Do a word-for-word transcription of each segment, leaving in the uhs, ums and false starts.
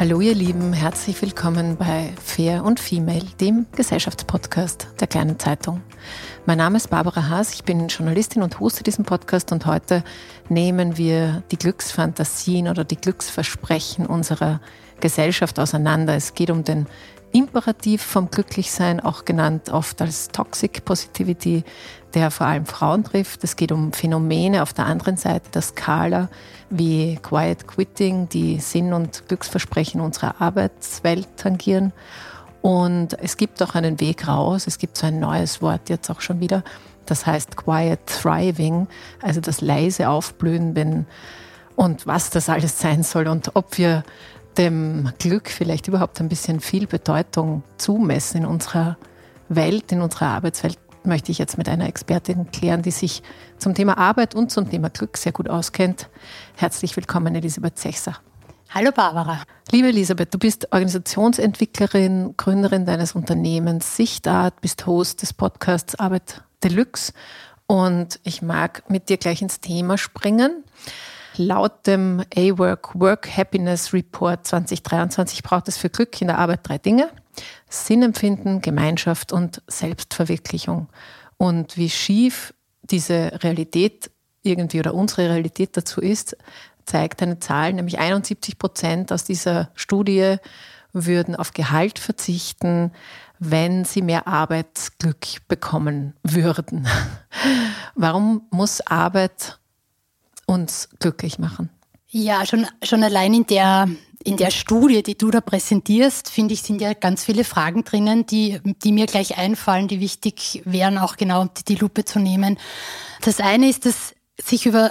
Hallo ihr Lieben, herzlich willkommen bei Fair und Female, dem Gesellschaftspodcast der Kleinen Zeitung. Mein Name ist Barbara Haas, ich bin Journalistin und hoste diesen Podcast und heute nehmen wir die Glücksfantasien oder die Glücksversprechen unserer Gesellschaft auseinander. Es geht um den Imperativ vom Glücklichsein, auch genannt oft als Toxic Positivity, der vor allem Frauen trifft. Es geht um Phänomene auf der anderen Seite der Skala wie Quiet Quitting, die Sinn- und Glücksversprechen unserer Arbeitswelt tangieren. Und es gibt auch einen Weg raus. Es gibt so ein neues Wort jetzt auch schon wieder, das heißt Quiet Thriving, also das leise Aufblühen, wenn und was das alles sein soll und ob wir dem Glück vielleicht überhaupt ein bisschen viel Bedeutung zumessen in unserer Welt, in unserer Arbeitswelt, möchte ich jetzt mit einer Expertin klären, die sich zum Thema Arbeit und zum Thema Glück sehr gut auskennt. Herzlich willkommen, Elisabeth Sechser. Hallo Barbara. Liebe Elisabeth, du bist Organisationsentwicklerin, Gründerin deines Unternehmens Sichtart, bist Host des Podcasts Arbeit Deluxe und ich mag mit dir gleich ins Thema springen. Laut dem A-Work Work Happiness Report zwanzig dreiundzwanzig braucht es für Glück in der Arbeit drei Dinge: Sinnempfinden, Gemeinschaft und Selbstverwirklichung. Und wie schief diese Realität irgendwie oder unsere Realität dazu ist, zeigt eine Zahl, nämlich einundsiebzig Prozent aus dieser Studie würden auf Gehalt verzichten, wenn sie mehr Arbeitsglück bekommen würden. Warum muss Arbeit uns glücklich machen? Ja, schon, schon allein in der, in der Studie, die du da präsentierst, finde ich, sind ja ganz viele Fragen drinnen, die, die mir gleich einfallen, die wichtig wären, auch genau unter die Lupe zu nehmen. Das eine ist, dass sich über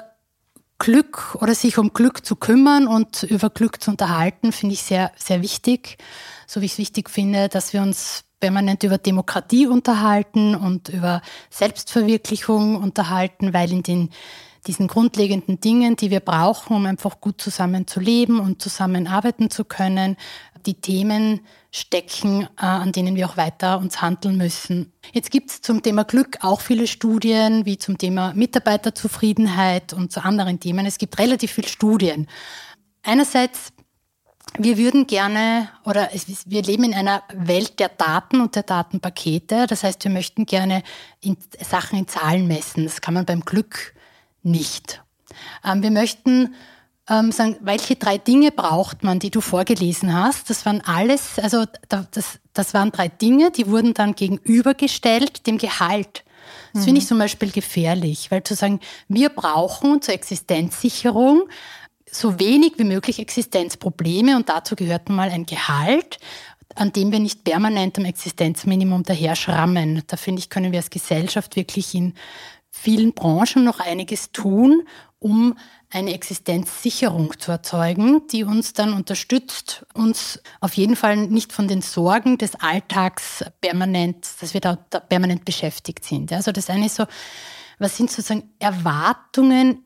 Glück oder sich um Glück zu kümmern und über Glück zu unterhalten, finde ich sehr, sehr wichtig. So wie ich es wichtig finde, dass wir uns permanent über Demokratie unterhalten und über Selbstverwirklichung unterhalten, weil in den diesen grundlegenden Dingen, die wir brauchen, um einfach gut zusammen zu leben und zusammenarbeiten zu können, die Themen stecken, äh, an denen wir auch weiter uns handeln müssen. Jetzt gibt es zum Thema Glück auch viele Studien, wie zum Thema Mitarbeiterzufriedenheit und zu anderen Themen. Es gibt relativ viele Studien. Einerseits, wir würden gerne, oder es, wir leben in einer Welt der Daten und der Datenpakete. Das heißt, wir möchten gerne in, Sachen in Zahlen messen. Das kann man beim Glück nicht. Ähm, wir möchten ähm, sagen, welche drei Dinge braucht man, die du vorgelesen hast. Das waren alles, also da, das, das waren drei Dinge, die wurden dann gegenübergestellt dem Gehalt. Das mhm. finde ich zum Beispiel gefährlich, weil zu sagen, wir brauchen zur Existenzsicherung so wenig wie möglich Existenzprobleme und dazu gehört nun mal ein Gehalt, an dem wir nicht permanent am Existenzminimum daher schrammen. Da finde ich, können wir als Gesellschaft wirklich in vielen Branchen noch einiges tun, um eine Existenzsicherung zu erzeugen, die uns dann unterstützt, uns auf jeden Fall nicht von den Sorgen des Alltags permanent, dass wir da, da permanent beschäftigt sind. Also das eine ist so, was sind sozusagen Erwartungen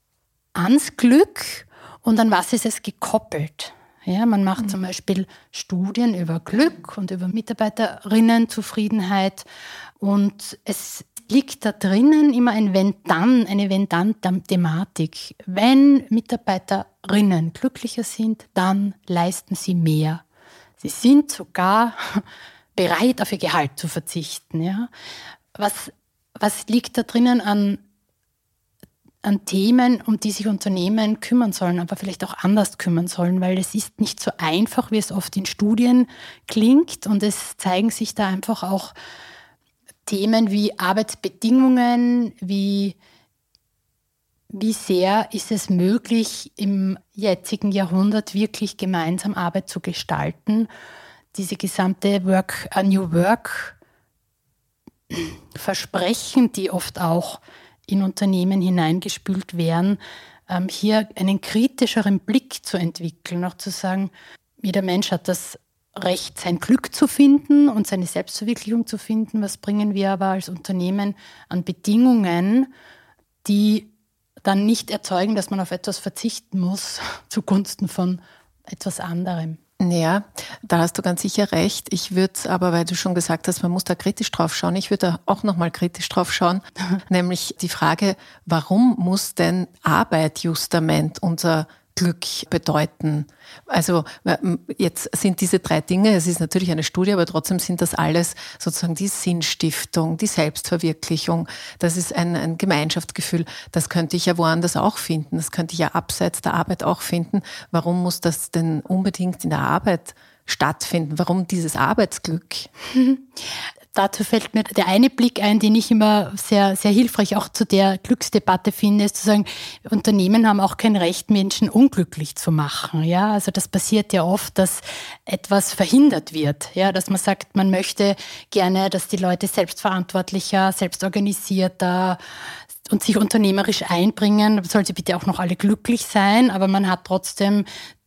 ans Glück und an was ist es gekoppelt? Ja, man macht mhm. zum Beispiel Studien über Glück und über Mitarbeiterinnenzufriedenheit und es liegt da drinnen immer ein Wenn-Dann, eine Wenn-Dann-Thematik. Wenn Mitarbeiterinnen glücklicher sind, dann leisten sie mehr. Sie sind sogar bereit, auf ihr Gehalt zu verzichten. Ja? Was, was liegt da drinnen an, an Themen, um die sich Unternehmen kümmern sollen, aber vielleicht auch anders kümmern sollen, weil es ist nicht so einfach, wie es oft in Studien klingt und es zeigen sich da einfach auch Themen wie Arbeitsbedingungen, wie, wie sehr ist es möglich, im jetzigen Jahrhundert wirklich gemeinsam Arbeit zu gestalten. Diese gesamte Work, uh, New Work Versprechen, die oft auch in Unternehmen hineingespült werden, ähm, hier einen kritischeren Blick zu entwickeln, auch zu sagen, jeder Mensch hat das Recht, sein Glück zu finden und seine Selbstverwirklichung zu finden. Was bringen wir aber als Unternehmen an Bedingungen, die dann nicht erzeugen, dass man auf etwas verzichten muss zugunsten von etwas anderem? Ja, da hast du ganz sicher recht. Ich würde aber, weil du schon gesagt hast, man muss da kritisch drauf schauen, ich würde da auch nochmal kritisch drauf schauen, nämlich die Frage, warum muss denn Arbeit justament unser Glück bedeuten? Also jetzt sind diese drei Dinge, es ist natürlich eine Studie, aber trotzdem sind das alles sozusagen die Sinnstiftung, die Selbstverwirklichung, das ist ein, ein Gemeinschaftsgefühl, das könnte ich ja woanders auch finden, das könnte ich ja abseits der Arbeit auch finden. Warum muss das denn unbedingt in der Arbeit stattfinden? Warum dieses Arbeitsglück? Dazu fällt mir der eine Blick ein, den ich immer sehr, sehr hilfreich auch zu der Glücksdebatte finde, ist zu sagen, Unternehmen haben auch kein Recht, Menschen unglücklich zu machen. Ja, also das passiert ja oft, dass etwas verhindert wird. Ja, dass man sagt, man möchte gerne, dass die Leute selbstverantwortlicher, selbstorganisierter und sich unternehmerisch einbringen. Soll sie bitte auch noch alle glücklich sein, aber man hat trotzdem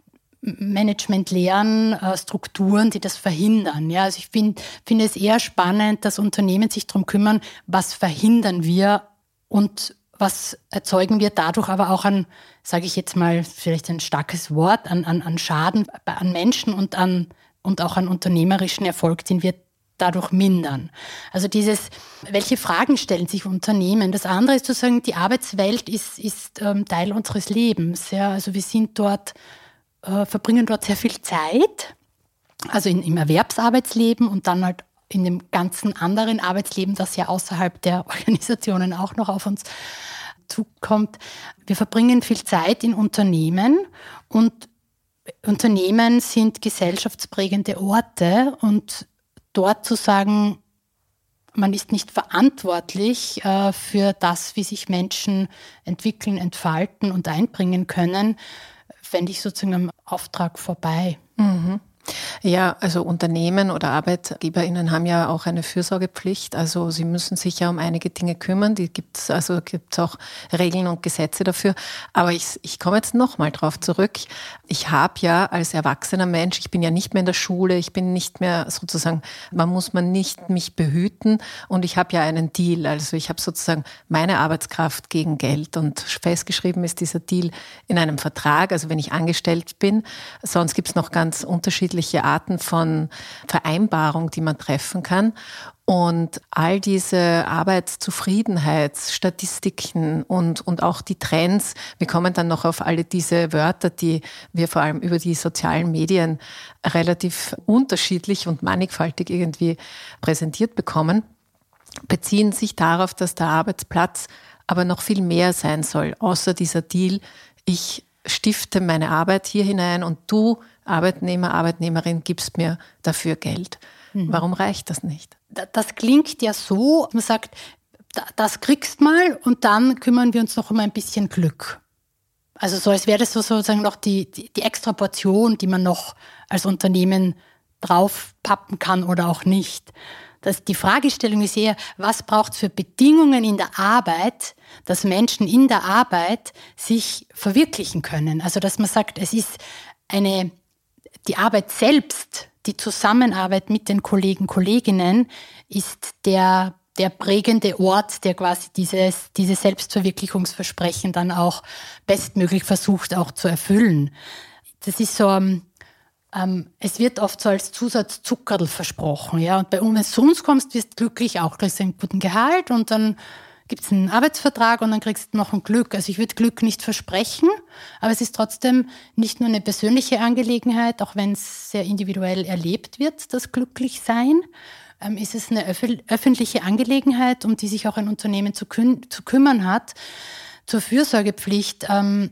Management-Lehren, äh, Strukturen, die das verhindern. Ja, also ich find, finde es eher spannend, dass Unternehmen sich darum kümmern, was verhindern wir und was erzeugen wir dadurch aber auch an, sage ich jetzt mal, vielleicht ein starkes Wort, an, an, an Schaden an Menschen und, an, und auch an unternehmerischen Erfolg, den wir dadurch mindern. Also dieses, welche Fragen stellen sich Unternehmen? Das andere ist zu sagen, die Arbeitswelt ist, ist ähm, Teil unseres Lebens. Ja, also wir sind dort verbringen dort sehr viel Zeit, also in, im Erwerbsarbeitsleben und dann halt in dem ganzen anderen Arbeitsleben, das ja außerhalb der Organisationen auch noch auf uns zukommt. Wir verbringen viel Zeit in Unternehmen und Unternehmen sind gesellschaftsprägende Orte und dort zu sagen, man ist nicht verantwortlich äh, für das, wie sich Menschen entwickeln, entfalten und einbringen können, fände ich sozusagen am Auftrag vorbei. Mhm. Ja, also Unternehmen oder ArbeitgeberInnen haben ja auch eine Fürsorgepflicht. Also sie müssen sich ja um einige Dinge kümmern. Die gibt's, also gibt's auch Regeln und Gesetze dafür. Aber ich, ich komme jetzt nochmal drauf zurück. Ich habe ja als erwachsener Mensch, ich bin ja nicht mehr in der Schule, ich bin nicht mehr sozusagen, man muss man nicht mich behüten und ich habe ja einen Deal. Also ich habe sozusagen meine Arbeitskraft gegen Geld und festgeschrieben ist dieser Deal in einem Vertrag, also wenn ich angestellt bin. Sonst gibt es noch ganz unterschiedliche Arten von Vereinbarung, die man treffen kann. Und all diese Arbeitszufriedenheitsstatistiken und, und auch die Trends, wir kommen dann noch auf alle diese Wörter, die wir vor allem über die sozialen Medien relativ unterschiedlich und mannigfaltig irgendwie präsentiert bekommen, beziehen sich darauf, dass der Arbeitsplatz aber noch viel mehr sein soll, außer dieser Deal, ich stifte meine Arbeit hier hinein und du, Arbeitnehmer, Arbeitnehmerin, gibst mir dafür Geld. Mhm. Warum reicht das nicht? Das klingt ja so, man sagt, das kriegst mal und dann kümmern wir uns noch um ein bisschen Glück. Also so, als wäre das so sozusagen noch die, die, die extra Portion, die man noch als Unternehmen draufpappen kann oder auch nicht. Das, die Fragestellung ist eher, was braucht es für Bedingungen in der Arbeit, dass Menschen in der Arbeit sich verwirklichen können. Also dass man sagt, es ist eine, die Arbeit selbst, die Zusammenarbeit mit den Kollegen, Kolleginnen ist der, der prägende Ort, der quasi dieses, diese Selbstverwirklichungsversprechen dann auch bestmöglich versucht auch zu erfüllen. Das ist so, ähm, es wird oft so als Zusatzzuckerl versprochen, ja. Und bei uns, wenn du zu uns kommst, wirst du glücklich auch, kriegst einen guten Gehalt und dann gibt es einen Arbeitsvertrag und dann kriegst du noch ein Glück. Also ich würde Glück nicht versprechen, aber es ist trotzdem nicht nur eine persönliche Angelegenheit, auch wenn es sehr individuell erlebt wird, das Glücklichsein, ähm, ist es eine öf- öffentliche Angelegenheit, um die sich auch ein Unternehmen zu, küm- zu kümmern hat. Zur Fürsorgepflicht, ähm,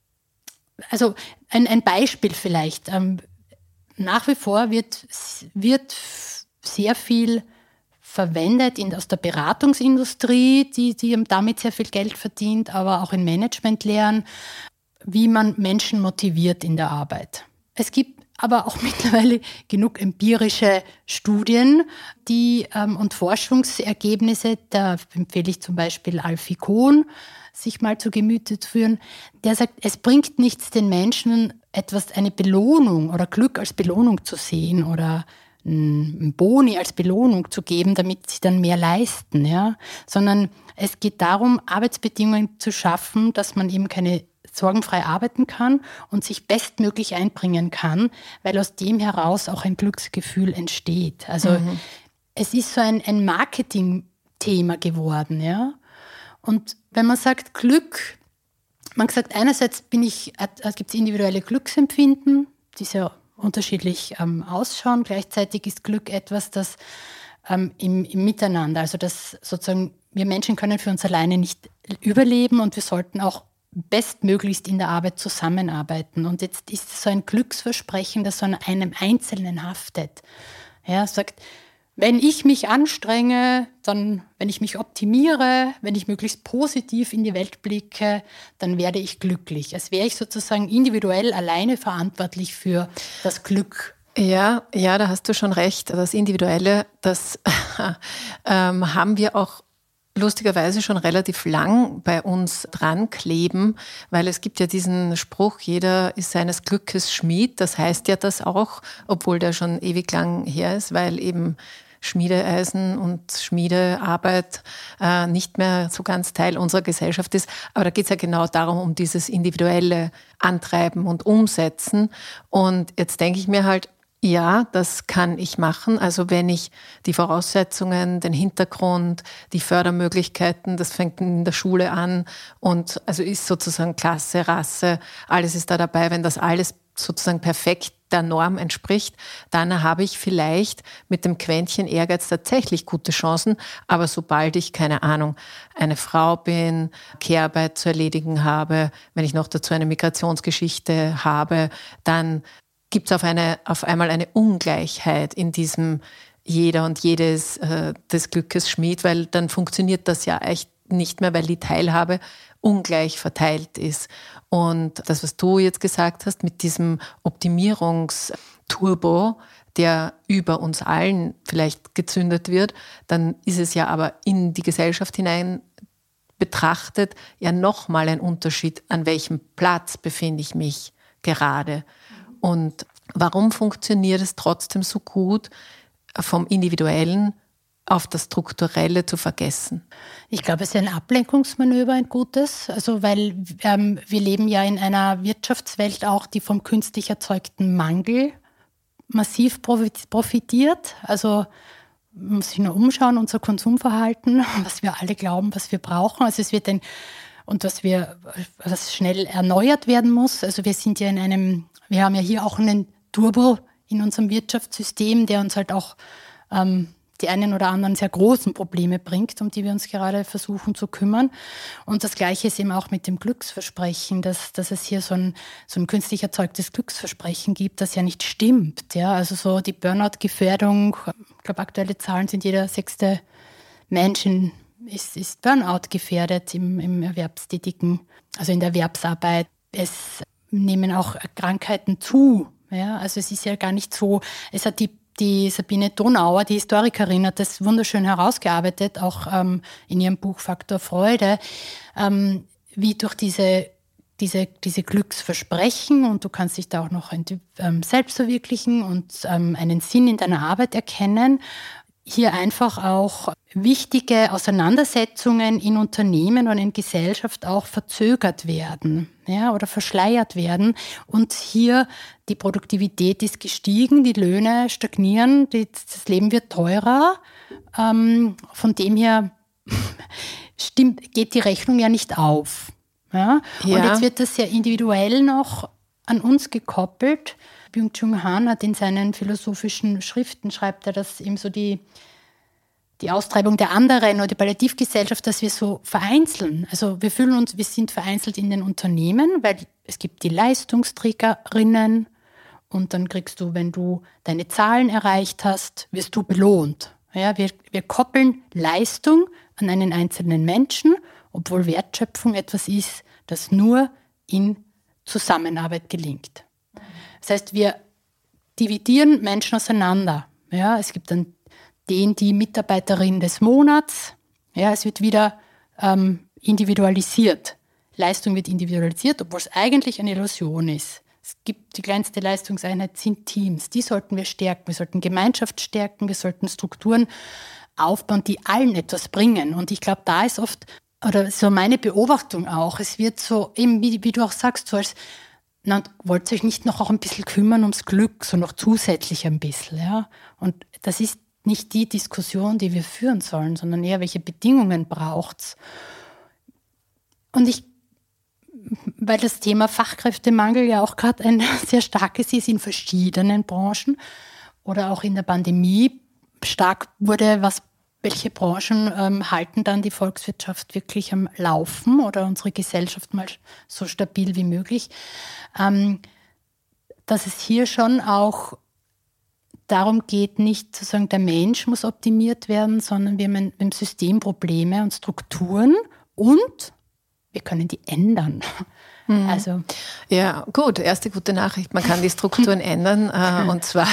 also ein, ein Beispiel vielleicht. Ähm, nach wie vor wird, wird sehr viel verwendet in, aus der Beratungsindustrie, die, die damit sehr viel Geld verdient, aber auch in Managementlehren, wie man Menschen motiviert in der Arbeit. Es gibt aber auch mittlerweile genug empirische Studien die, ähm, und Forschungsergebnisse, da empfehle ich zum Beispiel Alfie Kohn, sich mal zu Gemüte zu führen, der sagt, es bringt nichts den Menschen, etwas, eine Belohnung oder Glück als Belohnung zu sehen oder ein Boni als Belohnung zu geben, damit sie dann mehr leisten, ja, sondern es geht darum, Arbeitsbedingungen zu schaffen, dass man eben keine sorgenfrei arbeiten kann und sich bestmöglich einbringen kann, weil aus dem heraus auch ein Glücksgefühl entsteht. Also mhm. es ist so ein, ein Marketingthema geworden, ja. Und wenn man sagt, Glück man gesagt, einerseits bin ich, äh, gibt es individuelle Glücksempfinden, die sehr unterschiedlich ähm, ausschauen. Gleichzeitig ist Glück etwas, das ähm, im, im Miteinander, also das sozusagen, wir Menschen können für uns alleine nicht überleben und wir sollten auch bestmöglichst in der Arbeit zusammenarbeiten. Und jetzt ist es so ein Glücksversprechen, das so an einem Einzelnen haftet. Ja, sagt, wenn ich mich anstrenge, dann, wenn ich mich optimiere, wenn ich möglichst positiv in die Welt blicke, dann werde ich glücklich. Als wäre ich sozusagen individuell alleine verantwortlich für das Glück. Ja, ja, da hast du schon recht. Das Individuelle, das ähm, haben wir auch lustigerweise schon relativ lang bei uns dran kleben, weil es gibt ja diesen Spruch, jeder ist seines Glückes Schmied. Das heißt ja das auch, obwohl der schon ewig lang her ist, weil eben Schmiedeeisen und Schmiedearbeit äh, nicht mehr so ganz Teil unserer Gesellschaft ist. Aber da geht es ja genau darum, um dieses individuelle Antreiben und Umsetzen. Und jetzt denke ich mir halt, ja, das kann ich machen. Also wenn ich die Voraussetzungen, den Hintergrund, die Fördermöglichkeiten, das fängt in der Schule an und also ist sozusagen Klasse, Rasse, alles ist da dabei. Wenn das alles sozusagen perfekt der Norm entspricht, dann habe ich vielleicht mit dem Quäntchen Ehrgeiz tatsächlich gute Chancen. Aber sobald ich, keine Ahnung, eine Frau bin, Care-Arbeit zu erledigen habe, wenn ich noch dazu eine Migrationsgeschichte habe, dann gibt es auf, eine, auf einmal eine Ungleichheit in diesem jeder und jedes äh, des Glückes Schmied, weil dann funktioniert das ja echt nicht mehr, weil die Teilhabe ungleich verteilt ist. Und das, was du jetzt gesagt hast, mit diesem Optimierungsturbo, der über uns allen vielleicht gezündet wird, dann ist es ja aber in die Gesellschaft hinein betrachtet ja nochmal ein Unterschied, an welchem Platz befinde ich mich gerade. Und warum funktioniert es trotzdem so gut, vom Individuellen auf das Strukturelle zu vergessen? Ich glaube, es ist ein Ablenkungsmanöver, ein gutes. Also weil ähm, wir leben ja in einer Wirtschaftswelt auch, die vom künstlich erzeugten Mangel massiv profitiert. Also man muss sich nur umschauen, unser Konsumverhalten, was wir alle glauben, was wir brauchen. Also es wird ein, und was wir, was schnell erneuert werden muss. Also wir sind ja in einem, wir haben ja hier auch einen Turbo in unserem Wirtschaftssystem, der uns halt auch ähm, die einen oder anderen sehr großen Probleme bringt, um die wir uns gerade versuchen zu kümmern. Und das Gleiche ist eben auch mit dem Glücksversprechen, dass, dass es hier so ein, so ein künstlich erzeugtes Glücksversprechen gibt, das ja nicht stimmt. Ja? Also so die Burnout-Gefährdung, ich glaube, aktuelle Zahlen sind, jeder sechste Mensch in, ist, ist Burnout gefährdet im, im Erwerbstätigen, also in der Erwerbsarbeit. Es nehmen auch Krankheiten zu. Ja? Also es ist ja gar nicht so, es hat die Die Sabine Donauer, die Historikerin, hat das wunderschön herausgearbeitet, auch ähm, in ihrem Buch Faktor Freude, ähm, wie durch diese, diese, diese Glücksversprechen, und du kannst dich da auch noch ähm, selbst verwirklichen und ähm, einen Sinn in deiner Arbeit erkennen, hier einfach auch wichtige Auseinandersetzungen in Unternehmen und in Gesellschaft auch verzögert werden, ja, oder verschleiert werden. Und hier die Produktivität ist gestiegen, die Löhne stagnieren, die, das Leben wird teurer. Ähm, von dem her stimmt, geht die Rechnung ja nicht auf. Ja? Ja. Und jetzt wird das sehr individuell noch an uns gekoppelt. Byung-Chul Han hat in seinen philosophischen Schriften, schreibt er, dass eben so die, die Austreibung der anderen oder die Palliativgesellschaft, dass wir so vereinzeln. Also wir fühlen uns, wir sind vereinzelt in den Unternehmen, weil es gibt die Leistungsträgerinnen und dann kriegst du, wenn du deine Zahlen erreicht hast, wirst du belohnt. Ja, wir, wir koppeln Leistung an einen einzelnen Menschen, obwohl Wertschöpfung etwas ist, das nur in Zusammenarbeit gelingt. Das heißt, wir dividieren Menschen auseinander. Ja, es gibt dann den, die Mitarbeiterin des Monats. Ja, es wird wieder ähm, individualisiert. Leistung wird individualisiert, obwohl es eigentlich eine Illusion ist. Es gibt die kleinste Leistungseinheit, sind Teams. Die sollten wir stärken. Wir sollten Gemeinschaft stärken. Wir sollten Strukturen aufbauen, die allen etwas bringen. Und ich glaube, da ist oft, oder so meine Beobachtung auch, es wird so, eben wie, wie du auch sagst, so als na, wollt ihr euch nicht noch auch ein bisschen kümmern ums Glück, so noch zusätzlich ein bisschen, ja? Und das ist nicht die Diskussion, die wir führen sollen, sondern eher, welche Bedingungen braucht's? Und ich weil das Thema Fachkräftemangel ja auch gerade ein sehr starkes ist in verschiedenen Branchen oder auch in der Pandemie stark wurde, was welche Branchen ähm, halten dann die Volkswirtschaft wirklich am Laufen oder unsere Gesellschaft mal so stabil wie möglich, ähm, dass es hier schon auch darum geht, nicht zu sagen, der Mensch muss optimiert werden, sondern wir haben im System Probleme und Strukturen und wir können die ändern. Mhm. Also ja, gut, erste gute Nachricht, man kann die Strukturen ändern äh, und zwar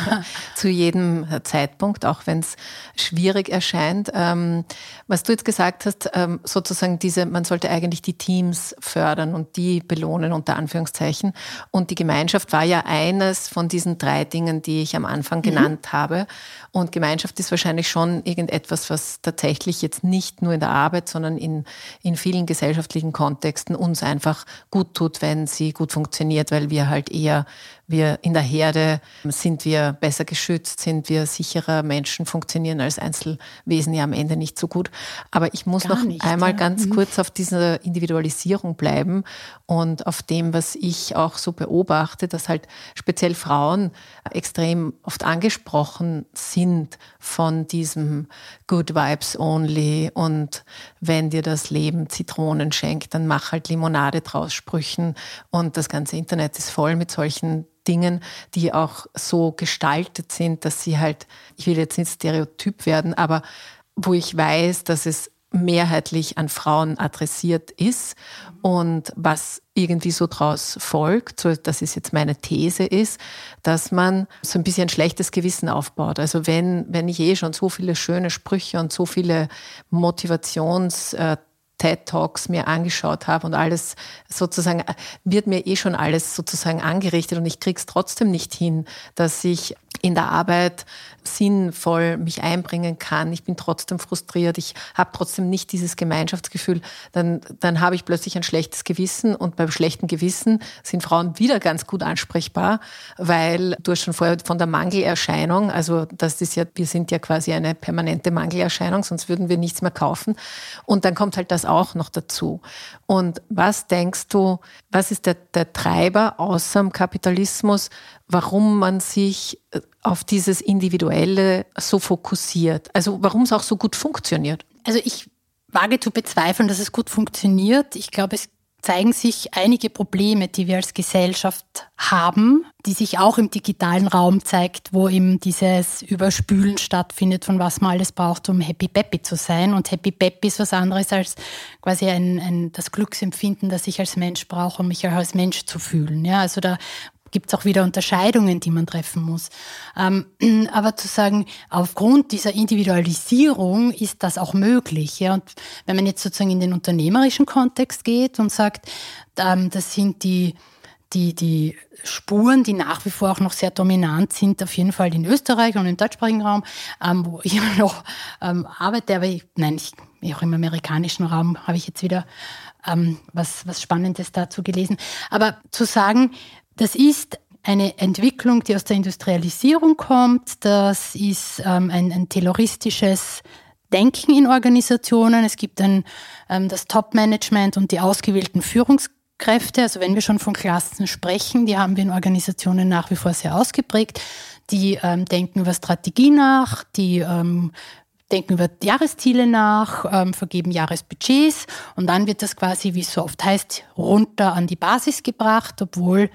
zu jedem Zeitpunkt, auch wenn es schwierig erscheint. Ähm, was du jetzt gesagt hast, ähm, sozusagen diese, man sollte eigentlich die Teams fördern und die belohnen unter Anführungszeichen und die Gemeinschaft war ja eines von diesen drei Dingen, die ich am Anfang genannt mhm. habe und Gemeinschaft ist wahrscheinlich schon irgendetwas, was tatsächlich jetzt nicht nur in der Arbeit, sondern in, in vielen gesellschaftlichen Kontexten uns einfach gut tut, wenn sie gut funktioniert, weil wir halt eher, wir in der Herde sind wir besser geschützt, sind wir sicherer, Menschen funktionieren als Einzelwesen ja am Ende nicht so gut. Aber ich muss Gar noch nicht, einmal ja. ganz mhm. kurz auf dieser Individualisierung bleiben und auf dem, was ich auch so beobachte, dass halt speziell Frauen extrem oft angesprochen sind von diesem Good Vibes Only und wenn dir das Leben Zitronen schenkt, dann mach halt Limonade draus Sprüchen und das ganze Internet ist voll mit solchen Dingen, die auch so gestaltet sind, dass sie halt, ich will jetzt nicht stereotyp werden, aber wo ich weiß, dass es mehrheitlich an Frauen adressiert ist und was irgendwie so draus folgt, so das ist jetzt meine These, ist, dass man so ein bisschen ein schlechtes Gewissen aufbaut. Also wenn, wenn ich eh schon so viele schöne Sprüche und so viele Motivations- äh, TED-Talks mir angeschaut habe und alles sozusagen, wird mir eh schon alles sozusagen angerichtet und ich kriege es trotzdem nicht hin, dass ich in der Arbeit sinnvoll mich einbringen kann. Ich bin trotzdem frustriert, ich habe trotzdem nicht dieses Gemeinschaftsgefühl, dann, dann habe ich plötzlich ein schlechtes Gewissen und beim schlechten Gewissen sind Frauen wieder ganz gut ansprechbar, weil du hast schon vorher von der Mangelerscheinung, also das ist ja, wir sind ja quasi eine permanente Mangelerscheinung, sonst würden wir nichts mehr kaufen und dann kommt halt das auch noch dazu. Und was denkst du, was ist der, der Treiber außer dem Kapitalismus, warum man sich auf dieses Individuelle so fokussiert? Also warum es auch so gut funktioniert? Also ich wage zu bezweifeln, dass es gut funktioniert. Ich glaube, es zeigen sich einige Probleme, die wir als Gesellschaft haben, die sich auch im digitalen Raum zeigt, wo eben dieses Überspülen stattfindet, von was man alles braucht, um happy peppy zu sein. Und happy peppy ist was anderes als quasi ein, ein, das Glücksempfinden, das ich als Mensch brauche, um mich auch als Mensch zu fühlen. Ja, also da gibt es auch wieder Unterscheidungen, die man treffen muss. Ähm, aber zu sagen, aufgrund dieser Individualisierung ist das auch möglich. Ja? Und wenn man jetzt sozusagen in den unternehmerischen Kontext geht und sagt, ähm, das sind die, die, die Spuren, die nach wie vor auch noch sehr dominant sind, auf jeden Fall in Österreich und im deutschsprachigen Raum, ähm, wo ich immer noch ähm, arbeite, aber ich, nein, ich, auch im amerikanischen Raum habe ich jetzt wieder ähm, was, was Spannendes dazu gelesen. Aber zu sagen, das ist eine Entwicklung, die aus der Industrialisierung kommt. Das ist ähm, ein, ein tayloristisches Denken in Organisationen. Es gibt ein, ähm, das Top-Management und die ausgewählten Führungskräfte. Also wenn wir schon von Klassen sprechen, die haben wir in Organisationen nach wie vor sehr ausgeprägt. Die ähm, denken über Strategie nach, die ähm, denken über Jahresziele nach, ähm, vergeben Jahresbudgets und dann wird das quasi, wie es so oft heißt, runter an die Basis gebracht, obwohl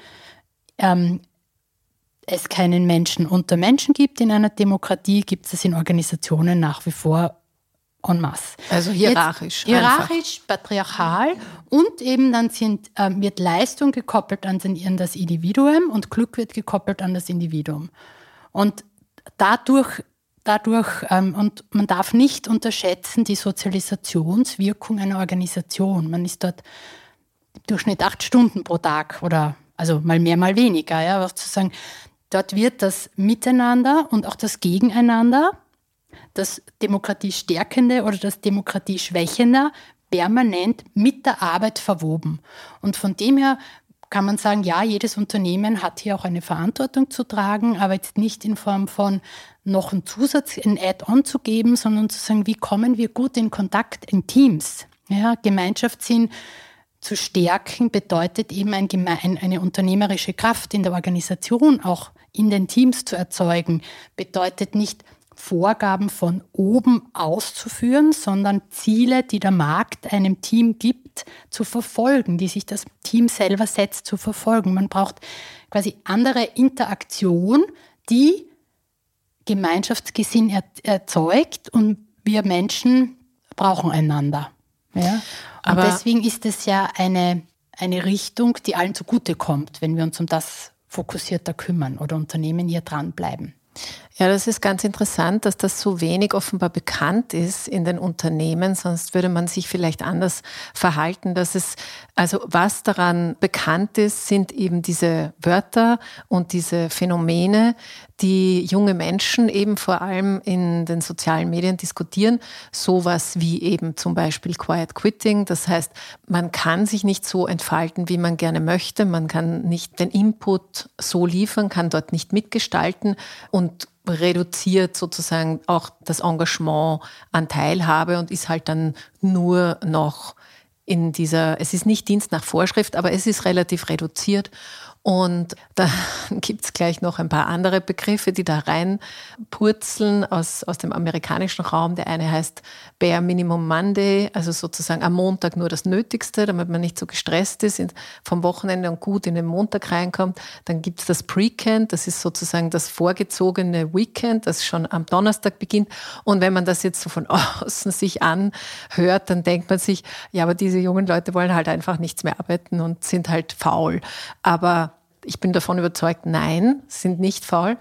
ähm, es keinen Menschen unter Menschen gibt. In einer Demokratie gibt es es in Organisationen nach wie vor en masse. Also hierarchisch. Jetzt, hierarchisch, patriarchal und eben dann sind, ähm, wird Leistung gekoppelt an, den, an das Individuum und Glück wird gekoppelt an das Individuum. Und dadurch Dadurch, ähm, und man darf nicht unterschätzen die Sozialisationswirkung einer Organisation. Man ist dort im Durchschnitt acht Stunden pro Tag oder also mal mehr, mal weniger. Ja, aber zu sagen, dort wird das Miteinander und auch das Gegeneinander, das Demokratiestärkende oder das Demokratieschwächende permanent mit der Arbeit verwoben. Und von dem her kann man sagen, ja, jedes Unternehmen hat hier auch eine Verantwortung zu tragen, aber jetzt nicht in Form von noch einen Zusatz, ein Add-on zu geben, sondern zu sagen, wie kommen wir gut in Kontakt in Teams? Ja, Gemeinschaftssinn zu stärken, bedeutet eben ein gemein, eine unternehmerische Kraft in der Organisation, auch in den Teams zu erzeugen, bedeutet nicht Vorgaben von oben auszuführen, sondern Ziele, die der Markt einem Team gibt, zu verfolgen, die sich das Team selber setzt, zu verfolgen. Man braucht quasi andere Interaktion, die Gemeinschaftsgesinn er- erzeugt und wir Menschen brauchen einander. Ja? Und Aber deswegen ist es ja eine, eine Richtung, die allen zugutekommt, wenn wir uns um das fokussierter kümmern oder Unternehmen hier dranbleiben. Ja, das ist ganz interessant, dass das so wenig offenbar bekannt ist in den Unternehmen, sonst würde man sich vielleicht anders verhalten. Dass es, also was daran bekannt ist, sind eben diese Wörter und diese Phänomene, die junge Menschen eben vor allem in den sozialen Medien diskutieren. Sowas wie eben zum Beispiel Quiet Quitting. Das heißt, man kann sich nicht so entfalten, wie man gerne möchte. Man kann nicht den Input so liefern, kann dort nicht mitgestalten und reduziert sozusagen auch das Engagement an Teilhabe und ist halt dann nur noch in dieser, es ist nicht Dienst nach Vorschrift, aber es ist relativ reduziert. Und da gibt es gleich noch ein paar andere Begriffe, die da reinpurzeln aus, aus dem amerikanischen Raum. Der eine heißt Bare Minimum Monday, also sozusagen am Montag nur das Nötigste, damit man nicht so gestresst ist, vom Wochenende und gut in den Montag reinkommt. Dann gibt es das Pre-Kend, das ist sozusagen das vorgezogene Weekend, das schon am Donnerstag beginnt. Und wenn man das jetzt so von außen sich anhört, dann denkt man sich, ja, aber diese jungen Leute wollen halt einfach nichts mehr arbeiten und sind halt faul. Aber ich bin davon überzeugt, nein, sind nicht faul.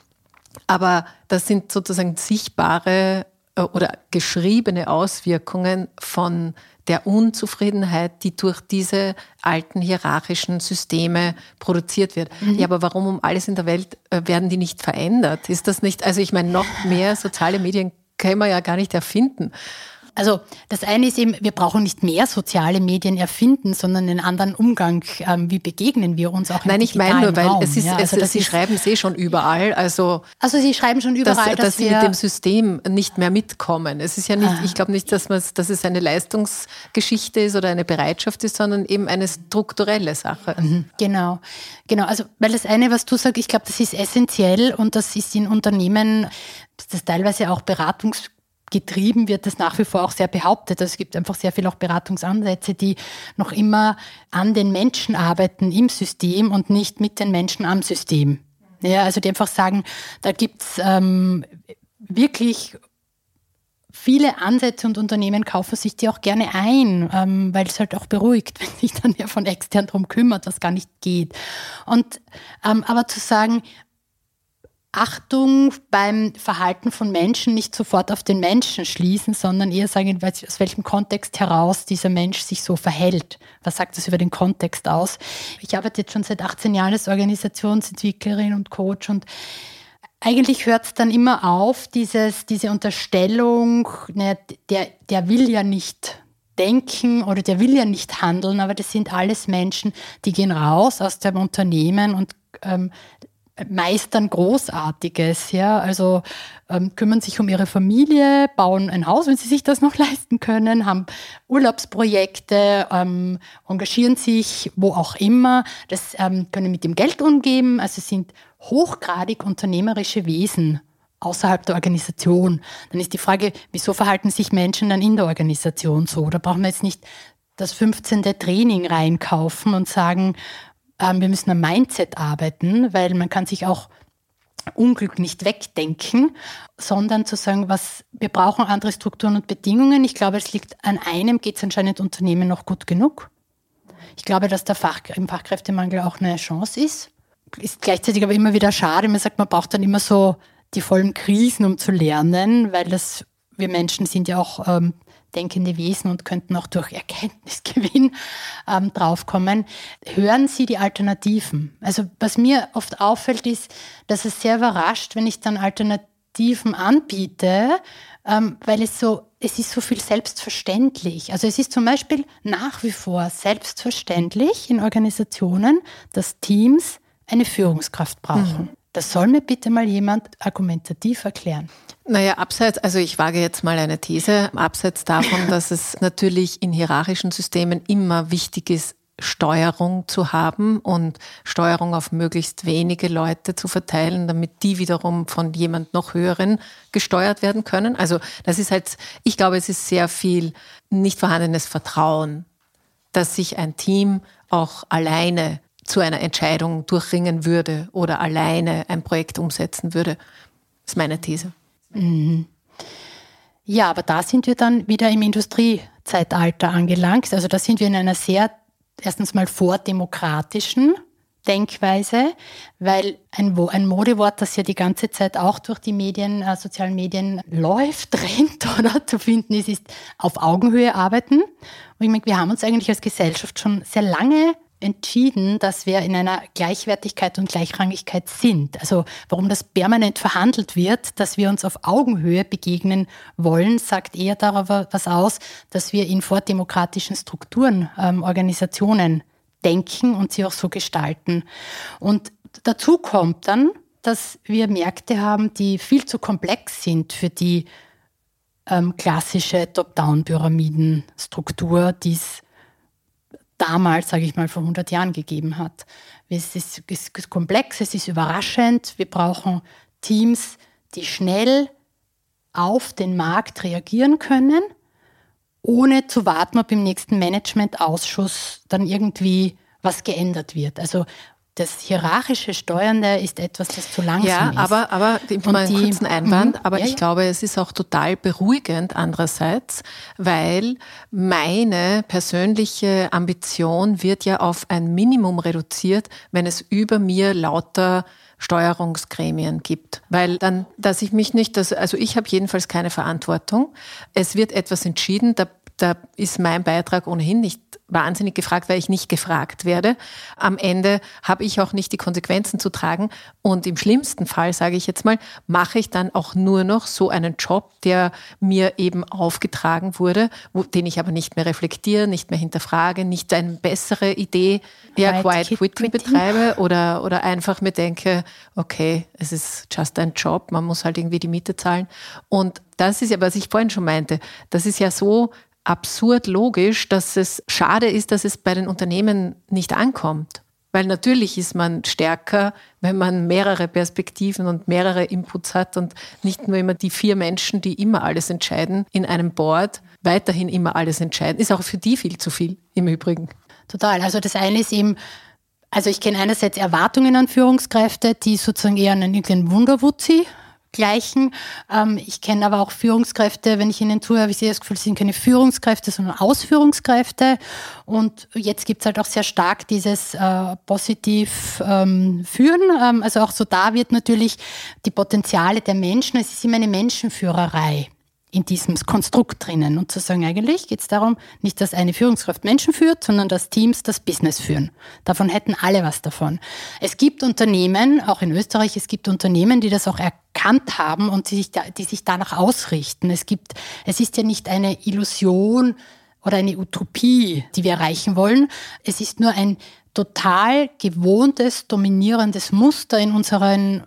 Aber das sind sozusagen sichtbare oder geschriebene Auswirkungen von der Unzufriedenheit, die durch diese alten hierarchischen Systeme produziert wird. Mhm. Ja, aber warum um alles in der Welt werden die nicht verändert? Ist das nicht, also ich meine, noch mehr soziale Medien können wir ja gar nicht erfinden. Also das eine ist eben, wir brauchen nicht mehr soziale Medien erfinden, sondern einen anderen Umgang. Ähm, wie begegnen wir uns auch im Nein, ich meine nur, weil Raum? es ist, ja, also es, Sie ist, schreiben es eh schon überall. Also, also Sie schreiben schon überall, dass, dass, dass Sie wir, mit dem System nicht mehr mitkommen. Es ist ja nicht, ah. ich glaube nicht, dass, man, dass es eine Leistungsgeschichte ist oder eine Bereitschaft ist, sondern eben eine strukturelle Sache. Mhm. Genau, genau. Also weil das eine, was du sagst, ich glaube, das ist essentiell und das ist in Unternehmen, das teilweise auch Beratungs getrieben wird, das nach wie vor auch sehr behauptet. Also es gibt einfach sehr viel auch Beratungsansätze, die noch immer an den Menschen arbeiten im System und nicht mit den Menschen am System. Ja, also die einfach sagen, da gibt's ähm, wirklich viele Ansätze und Unternehmen kaufen sich die auch gerne ein, ähm, weil es halt auch beruhigt, wenn sich dann ja von extern drum kümmert, was gar nicht geht. Und ähm, aber zu sagen, Achtung beim Verhalten von Menschen, nicht sofort auf den Menschen schließen, sondern eher sagen, aus welchem Kontext heraus dieser Mensch sich so verhält. Was sagt das über den Kontext aus? Ich arbeite jetzt schon seit achtzehn Jahren als Organisationsentwicklerin und Coach und eigentlich hört es dann immer auf, dieses, diese Unterstellung, ne, der, der will ja nicht denken oder der will ja nicht handeln, aber das sind alles Menschen, die gehen raus aus dem Unternehmen und ähm, meistern Großartiges, ja, also ähm, kümmern sich um ihre Familie, bauen ein Haus, wenn sie sich das noch leisten können, haben Urlaubsprojekte, ähm, engagieren sich wo auch immer, das ähm, können mit dem Geld umgehen, also sind hochgradig unternehmerische Wesen außerhalb der Organisation. Dann ist die Frage, wieso verhalten sich Menschen dann in der Organisation so? Da brauchen wir jetzt nicht das fünfzehnte Training reinkaufen und sagen, wir müssen am Mindset arbeiten, weil man kann sich auch Unglück nicht wegdenken, sondern zu sagen, was wir brauchen andere Strukturen und Bedingungen. Ich glaube, es liegt an einem, geht es anscheinend Unternehmen noch gut genug. Ich glaube, dass der Fach, im Fachkräftemangel auch eine Chance ist. Ist gleichzeitig aber immer wieder schade. Man sagt, man braucht dann immer so die vollen Krisen, um zu lernen, weil das, wir Menschen sind ja auch ähm, denkende Wesen und könnten auch durch Erkenntnisgewinn ähm, draufkommen. Hören Sie die Alternativen? Also was mir oft auffällt, ist, dass es sehr überrascht, wenn ich dann Alternativen anbiete, ähm, weil es so, es ist so viel selbstverständlich. Also es ist zum Beispiel nach wie vor selbstverständlich in Organisationen, dass Teams eine Führungskraft brauchen. Mhm. Das soll mir bitte mal jemand argumentativ erklären. Naja, abseits, also ich wage jetzt mal eine These, abseits davon, dass es natürlich in hierarchischen Systemen immer wichtig ist, Steuerung zu haben und Steuerung auf möglichst wenige Leute zu verteilen, damit die wiederum von jemand noch Höheren gesteuert werden können. Also das ist halt, ich glaube, es ist sehr viel nicht vorhandenes Vertrauen, dass sich ein Team auch alleine zu einer Entscheidung durchringen würde oder alleine ein Projekt umsetzen würde. Das ist meine These. Mhm. Ja, aber da sind wir dann wieder im Industriezeitalter angelangt. Also da sind wir in einer sehr, erstens mal vordemokratischen Denkweise, weil ein, ein Modewort, das ja die ganze Zeit auch durch die Medien, äh, sozialen Medien läuft, rennt oder zu finden ist, ist auf Augenhöhe arbeiten. Und ich meine, wir haben uns eigentlich als Gesellschaft schon sehr lange entschieden, dass wir in einer Gleichwertigkeit und Gleichrangigkeit sind. Also warum das permanent verhandelt wird, dass wir uns auf Augenhöhe begegnen wollen, sagt eher darüber was aus, dass wir in vordemokratischen Strukturen, ähm, Organisationen denken und sie auch so gestalten. Und dazu kommt dann, dass wir Märkte haben, die viel zu komplex sind für die ähm, klassische Top-Down-Pyramidenstruktur, die es damals, sage ich mal, vor hundert Jahren gegeben hat. Es ist, es ist komplex, es ist überraschend. Wir brauchen Teams, die schnell auf den Markt reagieren können, ohne zu warten, ob im nächsten Managementausschuss dann irgendwie was geändert wird. Also das hierarchische Steuernde ist etwas, das zu langsam ja, ist. Ja, aber, aber ich mal einen kurzen Einwand, mh, aber ja, ich ja. glaube, es ist auch total beruhigend andererseits, weil meine persönliche Ambition wird ja auf ein Minimum reduziert, wenn es über mir lauter Steuerungsgremien gibt. Weil dann, dass ich mich nicht, dass, also ich habe jedenfalls keine Verantwortung. Es wird etwas entschieden, da, da ist mein Beitrag ohnehin nicht wahnsinnig gefragt, weil ich nicht gefragt werde. Am Ende habe ich auch nicht die Konsequenzen zu tragen und im schlimmsten Fall, sage ich jetzt mal, mache ich dann auch nur noch so einen Job, der mir eben aufgetragen wurde, wo, den ich aber nicht mehr reflektiere, nicht mehr hinterfrage, nicht eine bessere Idee, eher Quiet Quitting betreibe oder, oder einfach mir denke, okay, es ist just ein Job, man muss halt irgendwie die Miete zahlen. Und das ist ja, was ich vorhin schon meinte, das ist ja so absurd logisch, dass es schade ist, dass es bei den Unternehmen nicht ankommt. Weil natürlich ist man stärker, wenn man mehrere Perspektiven und mehrere Inputs hat und nicht nur immer die vier Menschen, die immer alles entscheiden, in einem Board weiterhin immer alles entscheiden. Ist auch für die viel zu viel im Übrigen. Total. Also das eine ist eben, also ich kenne einerseits Erwartungen an Führungskräfte, die sozusagen eher an einen Wunderwuzzi gleichen. Ich kenne aber auch Führungskräfte, wenn ich ihnen zuhöre, habe ich sehr das Gefühl, sie sind keine Führungskräfte, sondern Ausführungskräfte. Und jetzt gibt es halt auch sehr stark dieses äh, positiv ähm, Führen. Ähm, also auch so da wird natürlich die Potenziale der Menschen, es ist immer eine Menschenführerei in diesem Konstrukt drinnen. Und zu sagen, eigentlich geht es darum, nicht, dass eine Führungskraft Menschen führt, sondern dass Teams das Business führen. Davon hätten alle was davon. Es gibt Unternehmen, auch in Österreich, es gibt Unternehmen, die das auch erkannt haben und die sich, da, die sich danach ausrichten. Es gibt, es ist ja nicht eine Illusion oder eine Utopie, die wir erreichen wollen. Es ist nur ein total gewohntes, dominierendes Muster in unseren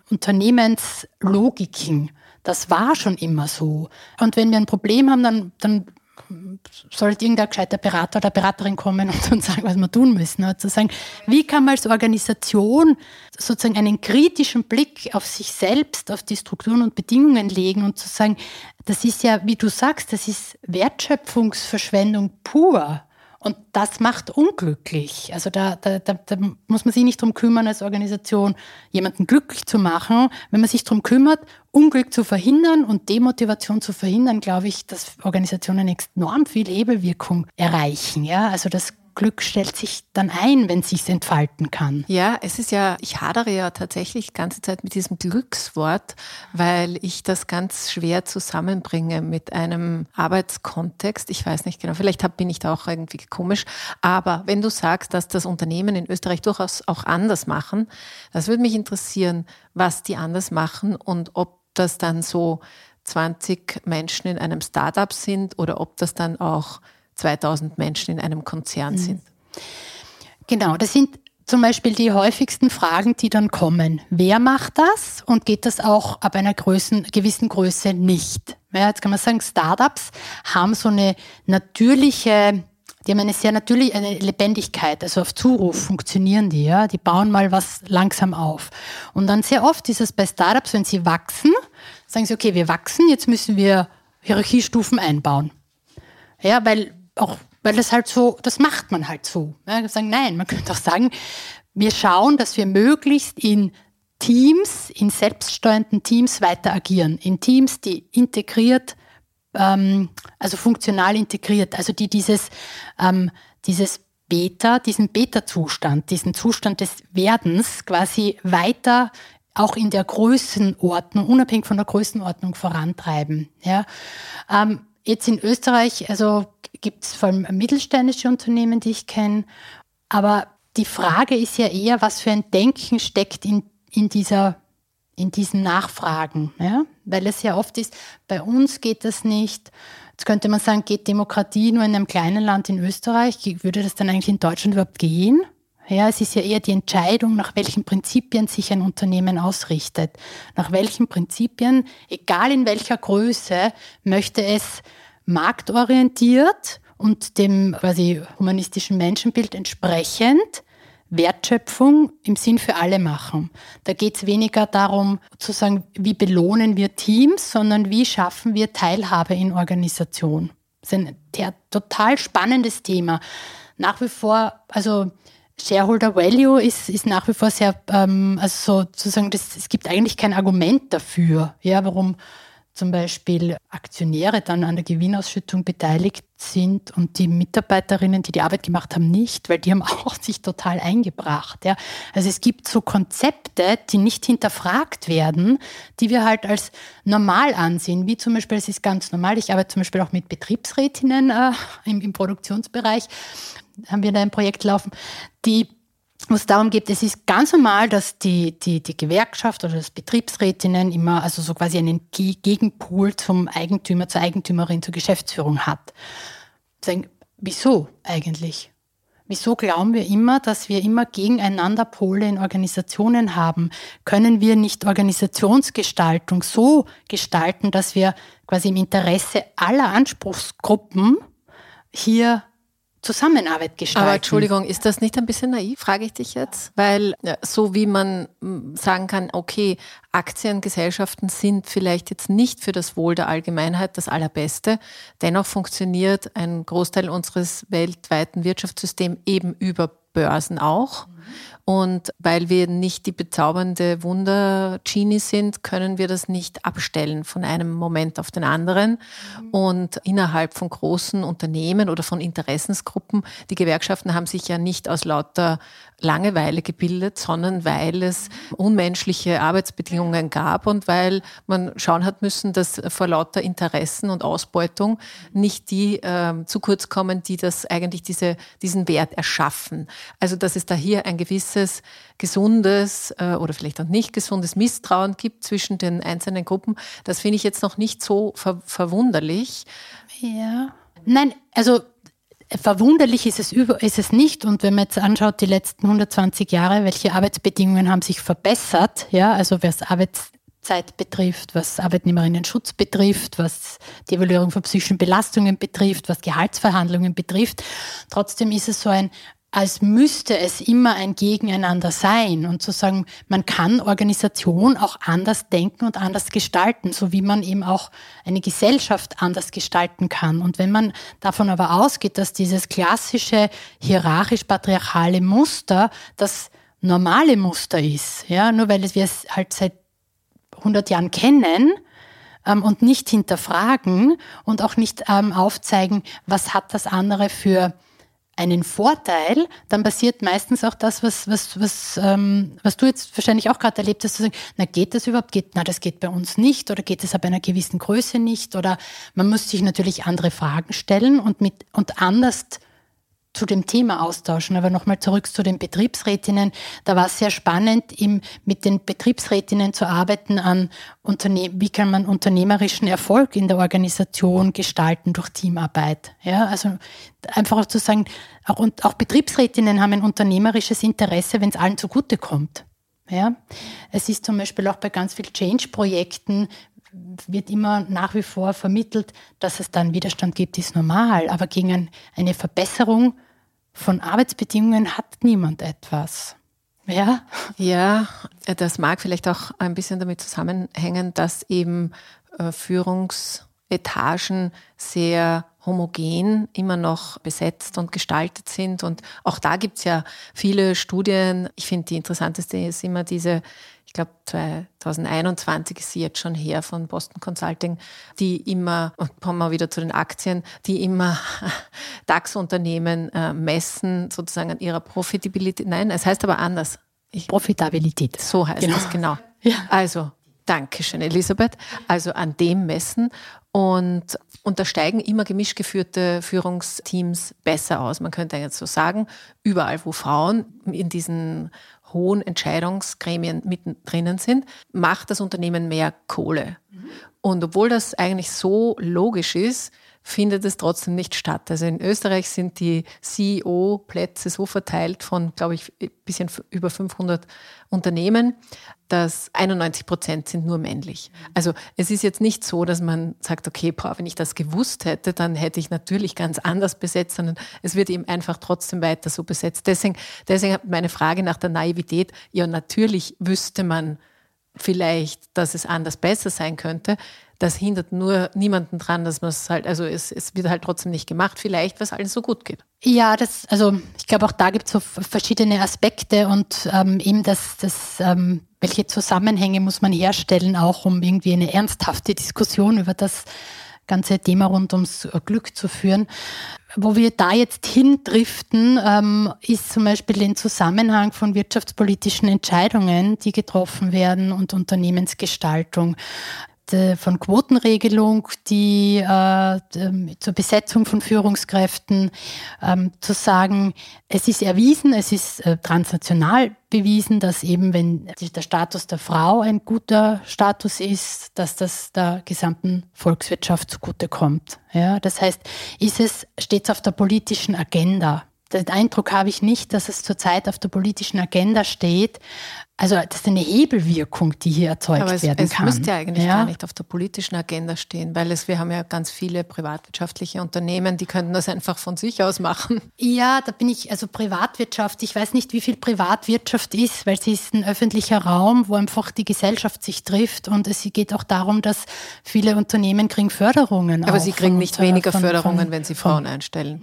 Unternehmenslogiken. Das war schon immer so. Und wenn wir ein Problem haben, dann, dann sollte irgendein gescheiter Berater oder Beraterin kommen und uns sagen, was wir tun müssen. Und zu sagen, wie kann man als Organisation sozusagen einen kritischen Blick auf sich selbst, auf die Strukturen und Bedingungen legen und zu sagen, das ist ja, wie du sagst, das ist Wertschöpfungsverschwendung pur. Und das macht unglücklich. Also da, da, da, da muss man sich nicht drum kümmern, als Organisation jemanden glücklich zu machen. Wenn man sich drum kümmert, Unglück zu verhindern und Demotivation zu verhindern, glaube ich, dass Organisationen enorm viel Hebelwirkung erreichen. Ja, also das Glück stellt sich dann ein, wenn es sich entfalten kann. Ja, es ist ja, ich hadere ja tatsächlich die ganze Zeit mit diesem Glückswort, weil ich das ganz schwer zusammenbringe mit einem Arbeitskontext. Ich weiß nicht genau, vielleicht bin ich da auch irgendwie komisch, aber wenn du sagst, dass das Unternehmen in Österreich durchaus auch anders machen, das würde mich interessieren, was die anders machen und ob das dann so zwanzig Menschen in einem Startup sind oder ob das dann auch zweitausend Menschen in einem Konzern sind. Genau, das sind zum Beispiel die häufigsten Fragen, die dann kommen. Wer macht das und geht das auch ab einer Größen, gewissen Größe nicht? Ja, jetzt kann man sagen, Startups haben so eine natürliche, die haben eine sehr natürliche eine Lebendigkeit, also auf Zuruf funktionieren die, ja, die bauen mal was langsam auf. Und dann sehr oft ist es bei Startups, wenn sie wachsen, sagen sie, okay, wir wachsen, jetzt müssen wir Hierarchiestufen einbauen. Ja, weil auch Weil das halt so, das macht man halt so. Ja, sagen, nein, man könnte auch sagen, wir schauen, dass wir möglichst in Teams, in selbststeuernden Teams weiter agieren. In Teams, die integriert, ähm, also funktional integriert, also die dieses, ähm, dieses Beta, diesen Beta-Zustand, diesen Zustand des Werdens quasi weiter auch in der Größenordnung, unabhängig von der Größenordnung vorantreiben. Ja. Ähm, Jetzt in Österreich, also gibt es vor allem mittelständische Unternehmen, die ich kenne. Aber die Frage ist ja eher, was für ein Denken steckt in, in, dieser, in diesen Nachfragen. Ja? Weil es ja oft ist, bei uns geht das nicht. Jetzt könnte man sagen, geht Demokratie nur in einem kleinen Land in Österreich? Würde das dann eigentlich in Deutschland überhaupt gehen? Ja, es ist ja eher die Entscheidung, nach welchen Prinzipien sich ein Unternehmen ausrichtet. Nach welchen Prinzipien, egal in welcher Größe, möchte es marktorientiert und dem quasi humanistischen Menschenbild entsprechend Wertschöpfung im Sinn für alle machen. Da geht es weniger darum, zu sagen, wie belohnen wir Teams, sondern wie schaffen wir Teilhabe in Organisation. Das ist ein der, total spannendes Thema. Nach wie vor, also Shareholder Value ist, ist nach wie vor sehr, ähm, also sozusagen, das, es gibt eigentlich kein Argument dafür, ja, warum zum Beispiel Aktionäre dann an der Gewinnausschüttung beteiligt sind und die Mitarbeiterinnen, die die Arbeit gemacht haben, nicht, weil die haben auch sich total eingebracht. Ja. Also es gibt so Konzepte, die nicht hinterfragt werden, die wir halt als normal ansehen, wie zum Beispiel, es ist ganz normal, ich arbeite zum Beispiel auch mit Betriebsrätinnen äh, im, im Produktionsbereich, haben wir da ein Projekt laufen, die, wo es darum geht, es ist ganz normal, dass die, die, die Gewerkschaft oder das Betriebsrätinnen immer also so quasi einen Gegenpool zum Eigentümer, zur Eigentümerin, zur Geschäftsführung hat. Sagen, wieso eigentlich? Wieso glauben wir immer, dass wir immer gegeneinander Pole in Organisationen haben? Können wir nicht Organisationsgestaltung so gestalten, dass wir quasi im Interesse aller Anspruchsgruppen hier Zusammenarbeit gestalten? Aber Entschuldigung, ist das nicht ein bisschen naiv, frage ich dich jetzt? Weil so wie man sagen kann, okay, Aktiengesellschaften sind vielleicht jetzt nicht für das Wohl der Allgemeinheit das Allerbeste, dennoch funktioniert ein Großteil unseres weltweiten Wirtschaftssystems eben über Börsen auch. Und weil wir nicht die bezaubernde Wunder-Genie sind, können wir das nicht abstellen von einem Moment auf den anderen. Und innerhalb von großen Unternehmen oder von Interessensgruppen, die Gewerkschaften haben sich ja nicht aus lauter Langeweile gebildet, sondern weil es unmenschliche Arbeitsbedingungen gab und weil man schauen hat müssen, dass vor lauter Interessen und Ausbeutung nicht die äh, zu kurz kommen, die das eigentlich diese, diesen Wert erschaffen. Also dass es da hier ein gewisses gesundes äh, oder vielleicht auch nicht gesundes Misstrauen gibt zwischen den einzelnen Gruppen, das finde ich jetzt noch nicht so ver- verwunderlich. Ja, nein, also verwunderlich ist es, über, ist es nicht. Und wenn man jetzt anschaut, die letzten hundertzwanzig Jahre, welche Arbeitsbedingungen haben sich verbessert, ja, also was Arbeitszeit betrifft, was Arbeitnehmerinnen-Schutz betrifft, was die Evaluierung von psychischen Belastungen betrifft, was Gehaltsverhandlungen betrifft. Trotzdem ist es so ein, als müsste es immer ein Gegeneinander sein und zu sagen, man kann Organisation auch anders denken und anders gestalten, so wie man eben auch eine Gesellschaft anders gestalten kann. Und wenn man davon aber ausgeht, dass dieses klassische hierarchisch-patriarchale Muster das normale Muster ist, ja, nur weil wir es halt seit hundert Jahren kennen, ähm, und nicht hinterfragen und auch nicht ähm, aufzeigen, was hat das andere für einen Vorteil, dann passiert meistens auch das, was, was, was, ähm, was du jetzt wahrscheinlich auch gerade erlebt hast, zu sagen, na geht das überhaupt? Geht, na, das geht bei uns nicht oder geht es ab einer gewissen Größe nicht oder man muss sich natürlich andere Fragen stellen und, mit, und anders zu dem Thema austauschen. Aber nochmal zurück zu den Betriebsrätinnen. Da war es sehr spannend, eben mit den Betriebsrätinnen zu arbeiten an Unterne- wie kann man unternehmerischen Erfolg in der Organisation gestalten durch Teamarbeit. Ja, also einfach auch zu sagen, auch, und auch Betriebsrätinnen haben ein unternehmerisches Interesse, wenn es allen zugutekommt. Ja, es ist zum Beispiel auch bei ganz vielen Change-Projekten wird immer nach wie vor vermittelt, dass es dann Widerstand gibt, ist normal. Aber gegen eine Verbesserung von Arbeitsbedingungen hat niemand etwas. Ja? Ja, das mag vielleicht auch ein bisschen damit zusammenhängen, dass eben äh, Führungsetagen sehr homogen immer noch besetzt und gestaltet sind. Und auch da gibt es ja viele Studien. Ich finde, die interessanteste ist immer diese, ich glaube zwanzig einundzwanzig ist sie jetzt schon her von Boston Consulting, die immer, und kommen wir wieder zu den Aktien, die immer DAX-Unternehmen äh, messen sozusagen an ihrer Profitabilität. Nein, es heißt aber anders. Ich, Profitabilität. So heißt genau. es, genau. Ja. Also, Dankeschön, Elisabeth. Also an dem messen. Und, und da steigen immer gemischt geführte Führungsteams besser aus. Man könnte jetzt so sagen, überall, wo Frauen in diesen hohen Entscheidungsgremien mittendrin sind, macht das Unternehmen mehr Kohle. Mhm. Und obwohl das eigentlich so logisch ist, findet es trotzdem nicht statt. Also in Österreich sind die C E O-Plätze so verteilt von, glaube ich, ein bisschen über fünfhundert Unternehmen, dass einundneunzig Prozent sind nur männlich. Also es ist jetzt nicht so, dass man sagt, okay, boah, wenn ich das gewusst hätte, dann hätte ich natürlich ganz anders besetzt, sondern es wird eben einfach trotzdem weiter so besetzt. Deswegen, deswegen meine Frage nach der Naivität, ja, natürlich wüsste man vielleicht, dass es anders besser sein könnte. Das hindert nur niemanden dran, dass man es halt, also es, es wird halt trotzdem nicht gemacht, vielleicht, weil es allen so gut geht. Ja, das, also ich glaube, auch da gibt es so verschiedene Aspekte und ähm, eben das, das ähm, welche Zusammenhänge muss man herstellen, auch um irgendwie eine ernsthafte Diskussion über das ganze Thema rund ums Glück zu führen. Wo wir da jetzt hindriften, ähm, ist zum Beispiel den Zusammenhang von wirtschaftspolitischen Entscheidungen, die getroffen werden und Unternehmensgestaltung. Von Quotenregelung, die äh, zur Besetzung von Führungskräften, ähm, zu sagen, es ist erwiesen, es ist äh, transnational bewiesen, dass eben, wenn der Status der Frau ein guter Status ist, dass das der gesamten Volkswirtschaft zugutekommt. Ja, das heißt, ist es, steht es auf der politischen Agenda? Den Eindruck habe ich nicht, dass es zurzeit auf der politischen Agenda steht. Also das ist eine Hebelwirkung, die hier erzeugt Aber es, werden es kann. Es müsste ja eigentlich ja? gar nicht auf der politischen Agenda stehen, weil es, wir haben ja ganz viele privatwirtschaftliche Unternehmen, die könnten das einfach von sich aus machen. Ja, da bin ich, also Privatwirtschaft, ich weiß nicht, wie viel Privatwirtschaft ist, weil sie ist ein öffentlicher Raum, wo einfach die Gesellschaft sich trifft und es geht auch darum, dass viele Unternehmen kriegen Förderungen. Aber sie kriegen von, nicht weniger von, Förderungen, von, wenn sie von, Frauen einstellen.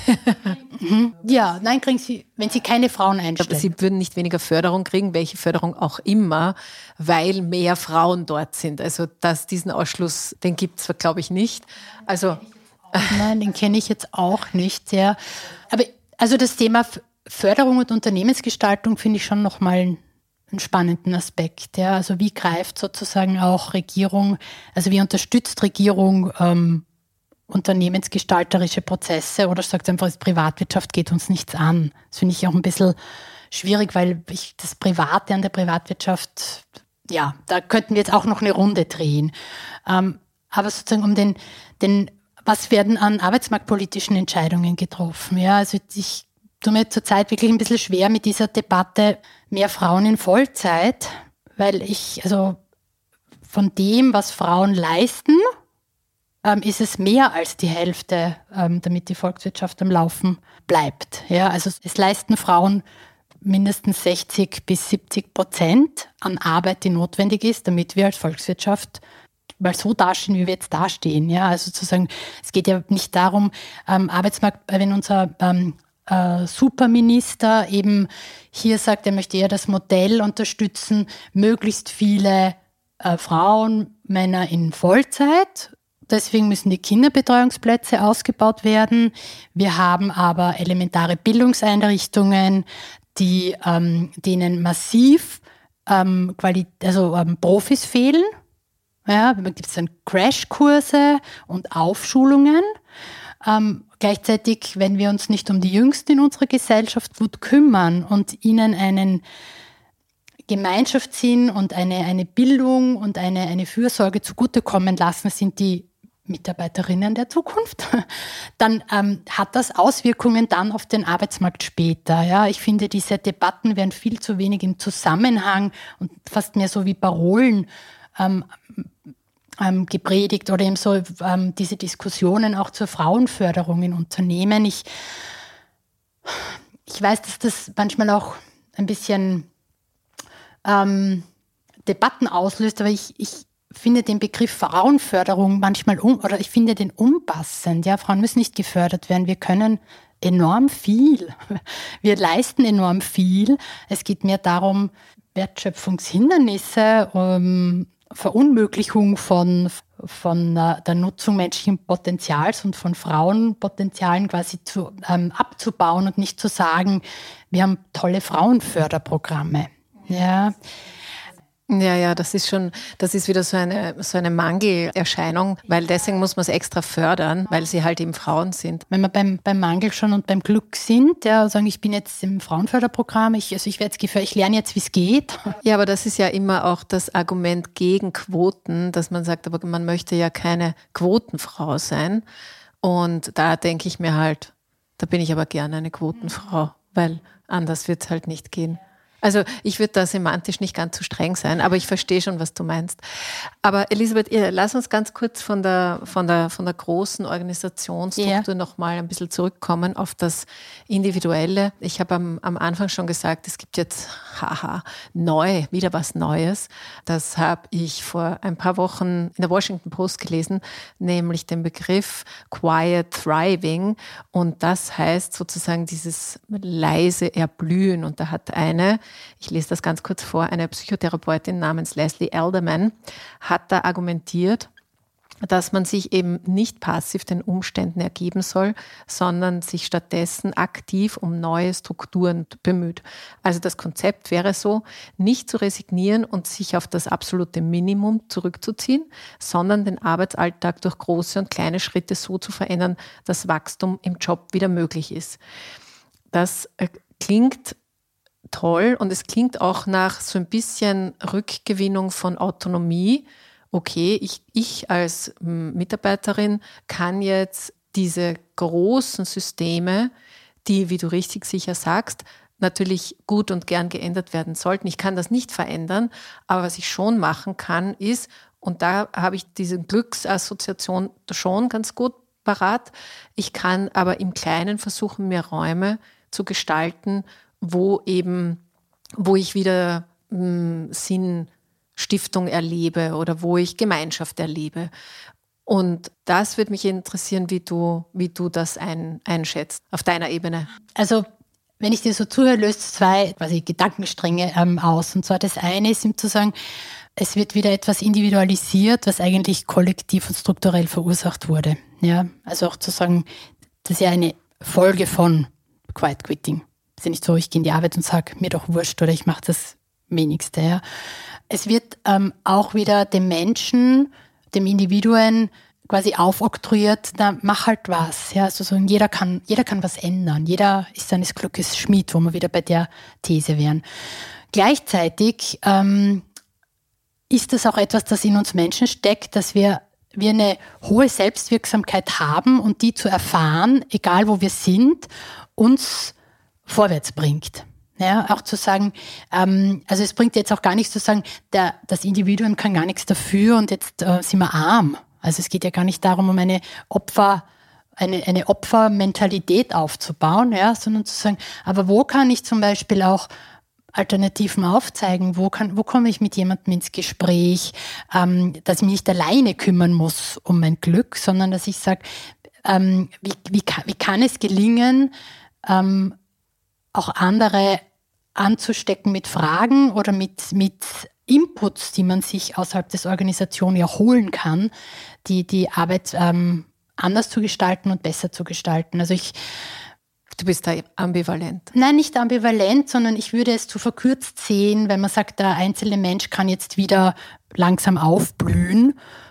Mhm. Ja, nein, kriegen sie, wenn sie keine Frauen einstellen. Aber sie würden nicht weniger Förderung kriegen, welche Förderung auch immer, weil mehr Frauen dort sind. Also dass diesen Ausschluss, den gibt es, glaube ich, nicht. Also nein, den kenne ich jetzt auch nicht. Ja. Aber also das Thema Förderung und Unternehmensgestaltung finde ich schon nochmal einen, einen spannenden Aspekt. Ja. Also wie greift sozusagen auch Regierung, also wie unterstützt Regierung ähm, unternehmensgestalterische Prozesse oder sagt einfach, Privatwirtschaft geht uns nichts an. Das finde ich auch ein bisschen schwierig, weil ich das Private an der Privatwirtschaft, ja, da könnten wir jetzt auch noch eine Runde drehen. Ähm, aber sozusagen um den, den, was werden an arbeitsmarktpolitischen Entscheidungen getroffen? Ja, also ich tue mir zurzeit wirklich ein bisschen schwer mit dieser Debatte mehr Frauen in Vollzeit, weil ich, also von dem, was Frauen leisten, ähm, ist es mehr als die Hälfte, ähm, damit die Volkswirtschaft am Laufen bleibt. Ja, also es leisten Frauen mindestens sechzig bis siebzig Prozent an Arbeit, die notwendig ist, damit wir als Volkswirtschaft mal so dastehen, wie wir jetzt dastehen. Ja, also sozusagen, es geht ja nicht darum, ähm, Arbeitsmarkt, wenn unser ähm, äh, Superminister eben hier sagt, er möchte eher das Modell unterstützen, möglichst viele äh, Frauen, Männer in Vollzeit. Deswegen müssen die Kinderbetreuungsplätze ausgebaut werden. Wir haben aber elementare Bildungseinrichtungen, die, ähm, denen massiv ähm, Quali- also, ähm, Profis fehlen. Ja, da gibt es dann Crashkurse und Aufschulungen. Ähm, gleichzeitig, wenn wir uns nicht um die Jüngsten in unserer Gesellschaft gut kümmern und ihnen einen Gemeinschaftssinn und eine, eine Bildung und eine, eine Fürsorge zugutekommen lassen, sind die Mitarbeiterinnen der Zukunft, dann ähm, hat das Auswirkungen dann auf den Arbeitsmarkt später. Ja, ich finde, diese Debatten werden viel zu wenig im Zusammenhang und fast mehr so wie Parolen ähm, ähm, gepredigt oder eben so ähm, diese Diskussionen auch zur Frauenförderung in Unternehmen. Ich, ich weiß, dass das manchmal auch ein bisschen ähm, Debatten auslöst, aber ich, ich finde den Begriff Frauenförderung manchmal um, oder ich finde den unpassend. Ja, Frauen müssen nicht gefördert werden. Wir können enorm viel. Wir leisten enorm viel. Es geht mehr darum, Wertschöpfungshindernisse, um Verunmöglichung von, von uh, der Nutzung menschlichen Potenzials und von Frauenpotenzialen quasi zu, ähm, abzubauen und nicht zu sagen, wir haben tolle Frauenförderprogramme. Ja. Ja, ja, das ist schon, das ist wieder so eine, so eine Mangelerscheinung, weil deswegen muss man es extra fördern, weil sie halt eben Frauen sind. Wenn wir beim, beim Mangel schon und beim Glück sind, ja, sagen, ich bin jetzt im Frauenförderprogramm, ich, also ich werde jetzt gefördert, ich lerne jetzt, wie es geht. Ja, aber das ist ja immer auch das Argument gegen Quoten, dass man sagt, aber man möchte ja keine Quotenfrau sein. Und da denke ich mir halt, da bin ich aber gerne eine Quotenfrau, weil anders wird es halt nicht gehen. Also ich würde da semantisch nicht ganz so streng sein, aber ich verstehe schon, was du meinst. Aber Elisabeth, lass uns ganz kurz von der, von der, von der großen Organisationsstruktur ja. noch mal ein bisschen zurückkommen auf das Individuelle. Ich habe am, am Anfang schon gesagt, es gibt jetzt, haha, neu, wieder was Neues. Das habe ich vor ein paar Wochen in der Washington Post gelesen, nämlich den Begriff Quiet Thriving. Und das heißt sozusagen dieses leise Erblühen. Und da hat eine, ich lese das ganz kurz vor, eine Psychotherapeutin namens Leslie Elderman hat da argumentiert, dass man sich eben nicht passiv den Umständen ergeben soll, sondern sich stattdessen aktiv um neue Strukturen bemüht. Also das Konzept wäre so, nicht zu resignieren und sich auf das absolute Minimum zurückzuziehen, sondern den Arbeitsalltag durch große und kleine Schritte so zu verändern, dass Wachstum im Job wieder möglich ist. Das äh, klingt toll und es klingt auch nach so ein bisschen Rückgewinnung von Autonomie. Okay, ich, ich als Mitarbeiterin kann jetzt diese großen Systeme, die, wie du richtig sicher sagst, natürlich gut und gern geändert werden sollten. Ich kann das nicht verändern, aber was ich schon machen kann, ist, und da habe ich diese Glücksassoziation schon ganz gut parat, ich kann aber im Kleinen versuchen, mir Räume zu gestalten, wo eben, wo ich wieder mh, Sinnstiftung erlebe oder wo ich Gemeinschaft erlebe. Und das würde mich interessieren, wie du, wie du das ein, einschätzt auf deiner Ebene. Also wenn ich dir so zuhöre, löst es zwei quasi Gedankenstränge ähm, aus. Und zwar das eine ist, ihm zu sagen, es wird wieder etwas individualisiert, was eigentlich kollektiv und strukturell verursacht wurde. Ja, also auch zu sagen, das ist ja eine Folge von Quiet Quitting. Es ist ja nicht so, ich gehe in die Arbeit und sage, mir doch wurscht oder ich mache das Wenigste. Ja. Es wird ähm, auch wieder dem Menschen, dem Individuen quasi aufoktroyiert, na, mach halt was. Ja. Also so, jeder kann, jeder kann was ändern. Jeder ist seines Glückes Schmied, wo wir wieder bei der These wären. Gleichzeitig ähm, ist das auch etwas, das in uns Menschen steckt, dass wir, wir eine hohe Selbstwirksamkeit haben und die zu erfahren, egal wo wir sind, uns vorwärts bringt. Ja, auch zu sagen, ähm, also es bringt jetzt auch gar nichts zu sagen, der, das Individuum kann gar nichts dafür und jetzt äh, sind wir arm. Also es geht ja gar nicht darum, um eine Opfer, eine, eine Opfermentalität aufzubauen, ja, sondern zu sagen, aber wo kann ich zum Beispiel auch Alternativen aufzeigen, wo, kann, wo komme ich mit jemandem ins Gespräch, ähm, dass ich mich nicht alleine kümmern muss um mein Glück, sondern dass ich sage, ähm, wie, wie, kann, wie kann es gelingen, ähm, auch andere anzustecken mit Fragen oder mit, mit Inputs, die man sich außerhalb des Organisations ja holen kann, die die Arbeit ähm, anders zu gestalten und besser zu gestalten. Also ich Du bist da ambivalent. Nein, nicht ambivalent, sondern ich würde es zu verkürzt sehen, wenn man sagt, der einzelne Mensch kann jetzt wieder langsam aufblühen.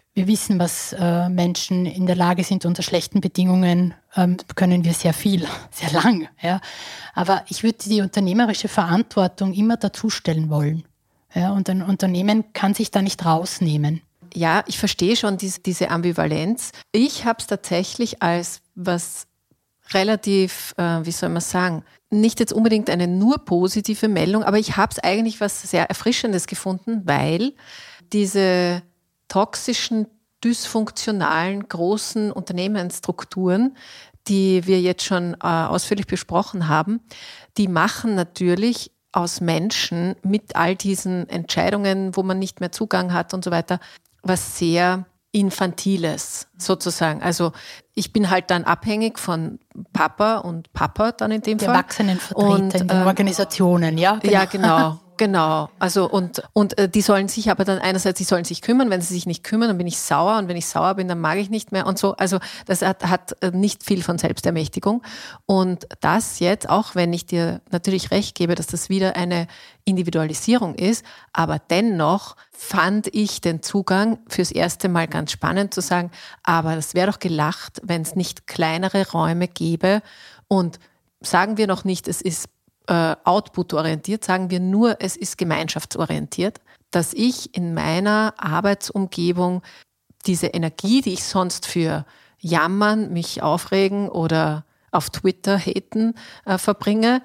Wir wissen, was äh, Menschen in der Lage sind, unter schlechten Bedingungen ähm, können wir sehr viel, sehr lang. Ja. Aber ich würde die unternehmerische Verantwortung immer dazustellen wollen. Ja, und ein Unternehmen kann sich da nicht rausnehmen. Ja, ich verstehe schon diese, diese Ambivalenz. Ich habe es tatsächlich als was relativ, äh, wie soll man sagen, nicht jetzt unbedingt eine nur positive Meldung, aber ich habe es eigentlich was sehr Erfrischendes gefunden, weil diese toxischen, dysfunktionalen, großen Unternehmensstrukturen, die wir jetzt schon äh, ausführlich besprochen haben, die machen natürlich aus Menschen mit all diesen Entscheidungen, wo man nicht mehr Zugang hat und so weiter, was sehr Infantiles sozusagen. Also ich bin halt dann abhängig von Papa und Papa dann in dem Die Fall. Erwachsenenvertreter und, in den ähm, Organisationen, ja? Genau. Ja, genau. Genau, also und, und äh, die sollen sich aber dann einerseits, die sollen sich kümmern, wenn sie sich nicht kümmern, dann bin ich sauer und wenn ich sauer bin, dann mag ich nicht mehr und so. Also das hat, hat nicht viel von Selbstermächtigung und das jetzt, auch wenn ich dir natürlich recht gebe, dass das wieder eine Individualisierung ist, aber dennoch fand ich den Zugang fürs erste Mal ganz spannend zu sagen, aber das wäre doch gelacht, wenn es nicht kleinere Räume gäbe und sagen wir noch nicht, es ist output-orientiert, sagen wir nur, es ist gemeinschaftsorientiert, dass ich in meiner Arbeitsumgebung diese Energie, die ich sonst für Jammern, mich aufregen oder auf Twitter haten äh, verbringe,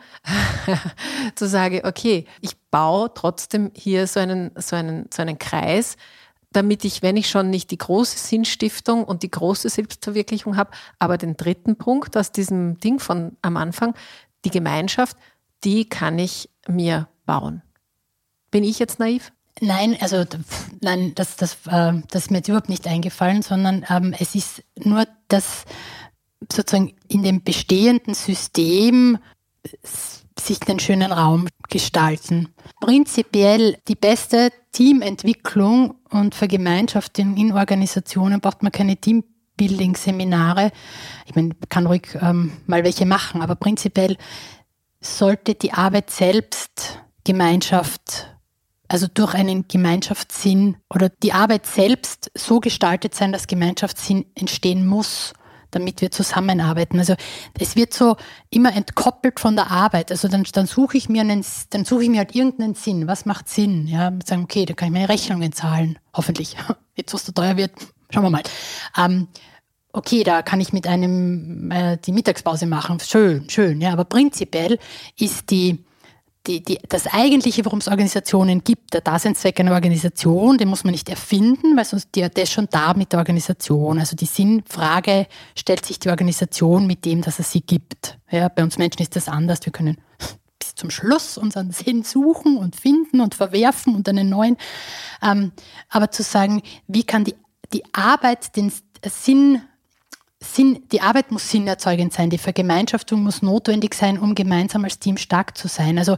zu sagen, okay, ich baue trotzdem hier so einen, so einen, so einen Kreis, damit ich, wenn ich schon nicht die große Sinnstiftung und die große Selbstverwirklichung habe, aber den dritten Punkt aus diesem Ding von am Anfang, die Gemeinschaft, die kann ich mir bauen. Bin ich jetzt naiv? Nein, also nein, das, das, äh, das ist mir jetzt überhaupt nicht eingefallen, sondern ähm, es ist nur, dass sozusagen in dem bestehenden System sich einen schönen Raum gestalten. Prinzipiell die beste Teamentwicklung und Vergemeinschaftung in Organisationen braucht man keine Teambuilding-Seminare. Ich meine, man kann ruhig ähm, mal welche machen, aber prinzipiell sollte die Arbeit selbst Gemeinschaft, also durch einen Gemeinschaftssinn oder die Arbeit selbst so gestaltet sein, dass Gemeinschaftssinn entstehen muss, damit wir zusammenarbeiten. Also es wird so immer entkoppelt von der Arbeit. Also dann, dann suche ich mir einen, dann suche ich mir halt irgendeinen Sinn. Was macht Sinn? Ja, sagen, okay, da kann ich meine Rechnungen zahlen. Hoffentlich. Jetzt, wo es so teuer wird, schauen wir mal. Ähm, Okay, da kann ich mit einem äh, die Mittagspause machen. Schön, schön. Ja, aber prinzipiell ist die, die, die, das Eigentliche, worum es Organisationen gibt, der Daseinszweck einer Organisation, den muss man nicht erfinden, weil sonst der, der ist schon da mit der Organisation. Also die Sinnfrage stellt sich die Organisation mit dem, dass es sie gibt. Ja, bei uns Menschen ist das anders. Wir können bis zum Schluss unseren Sinn suchen und finden und verwerfen und einen neuen. Ähm, aber zu sagen, wie kann die, die Arbeit den Sinn Sinn, die Arbeit muss sinnerzeugend sein, die Vergemeinschaftung muss notwendig sein, um gemeinsam als Team stark zu sein. Also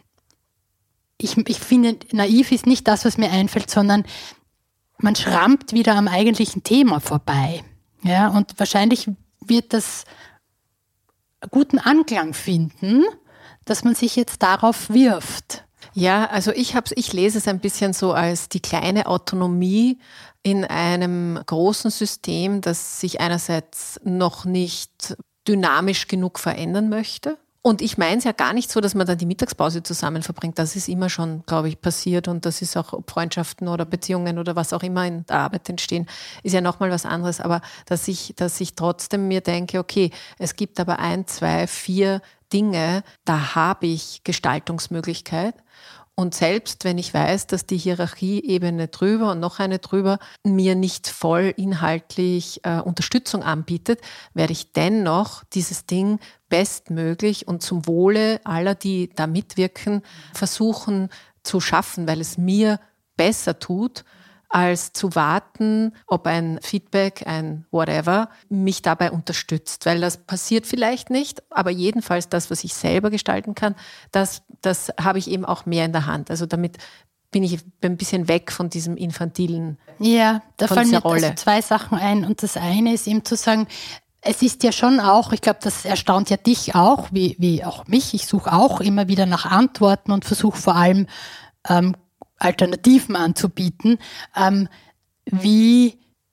ich, ich finde, naiv ist nicht das, was mir einfällt, sondern man schrammt wieder am eigentlichen Thema vorbei. Ja, und wahrscheinlich wird das guten Anklang finden, dass man sich jetzt darauf wirft. Ja, also ich hab's, ich lese es ein bisschen so als die kleine Autonomie in einem großen System, das sich einerseits noch nicht dynamisch genug verändern möchte. Und ich meine es ja gar nicht so, dass man dann die Mittagspause zusammen verbringt. Das ist immer schon, glaube ich, passiert und das ist auch, ob Freundschaften oder Beziehungen oder was auch immer in der Arbeit entstehen, ist ja nochmal was anderes. Aber dass ich, dass ich trotzdem mir denke, okay, es gibt aber ein, zwei, vier Dinge, da habe ich Gestaltungsmöglichkeit. Und selbst wenn ich weiß, dass die Hierarchieebene drüber und noch eine drüber mir nicht voll inhaltlich äh, Unterstützung anbietet, werde ich dennoch dieses Ding bestmöglich und zum Wohle aller, die da mitwirken, versuchen zu schaffen, weil es mir besser tut, als zu warten, ob ein Feedback, ein whatever, mich dabei unterstützt. Weil das passiert vielleicht nicht, aber jedenfalls das, was ich selber gestalten kann, das, das habe ich eben auch mehr in der Hand. Also damit bin ich ein bisschen weg von diesem infantilen, ja, da von fallen dieser mir Rolle. Also zwei Sachen ein. Und das eine ist eben zu sagen, es ist ja schon auch, ich glaube, das erstaunt ja dich auch, wie, wie auch mich. Ich suche auch immer wieder nach Antworten und versuche vor allem ähm, Alternativen anzubieten, ähm, wie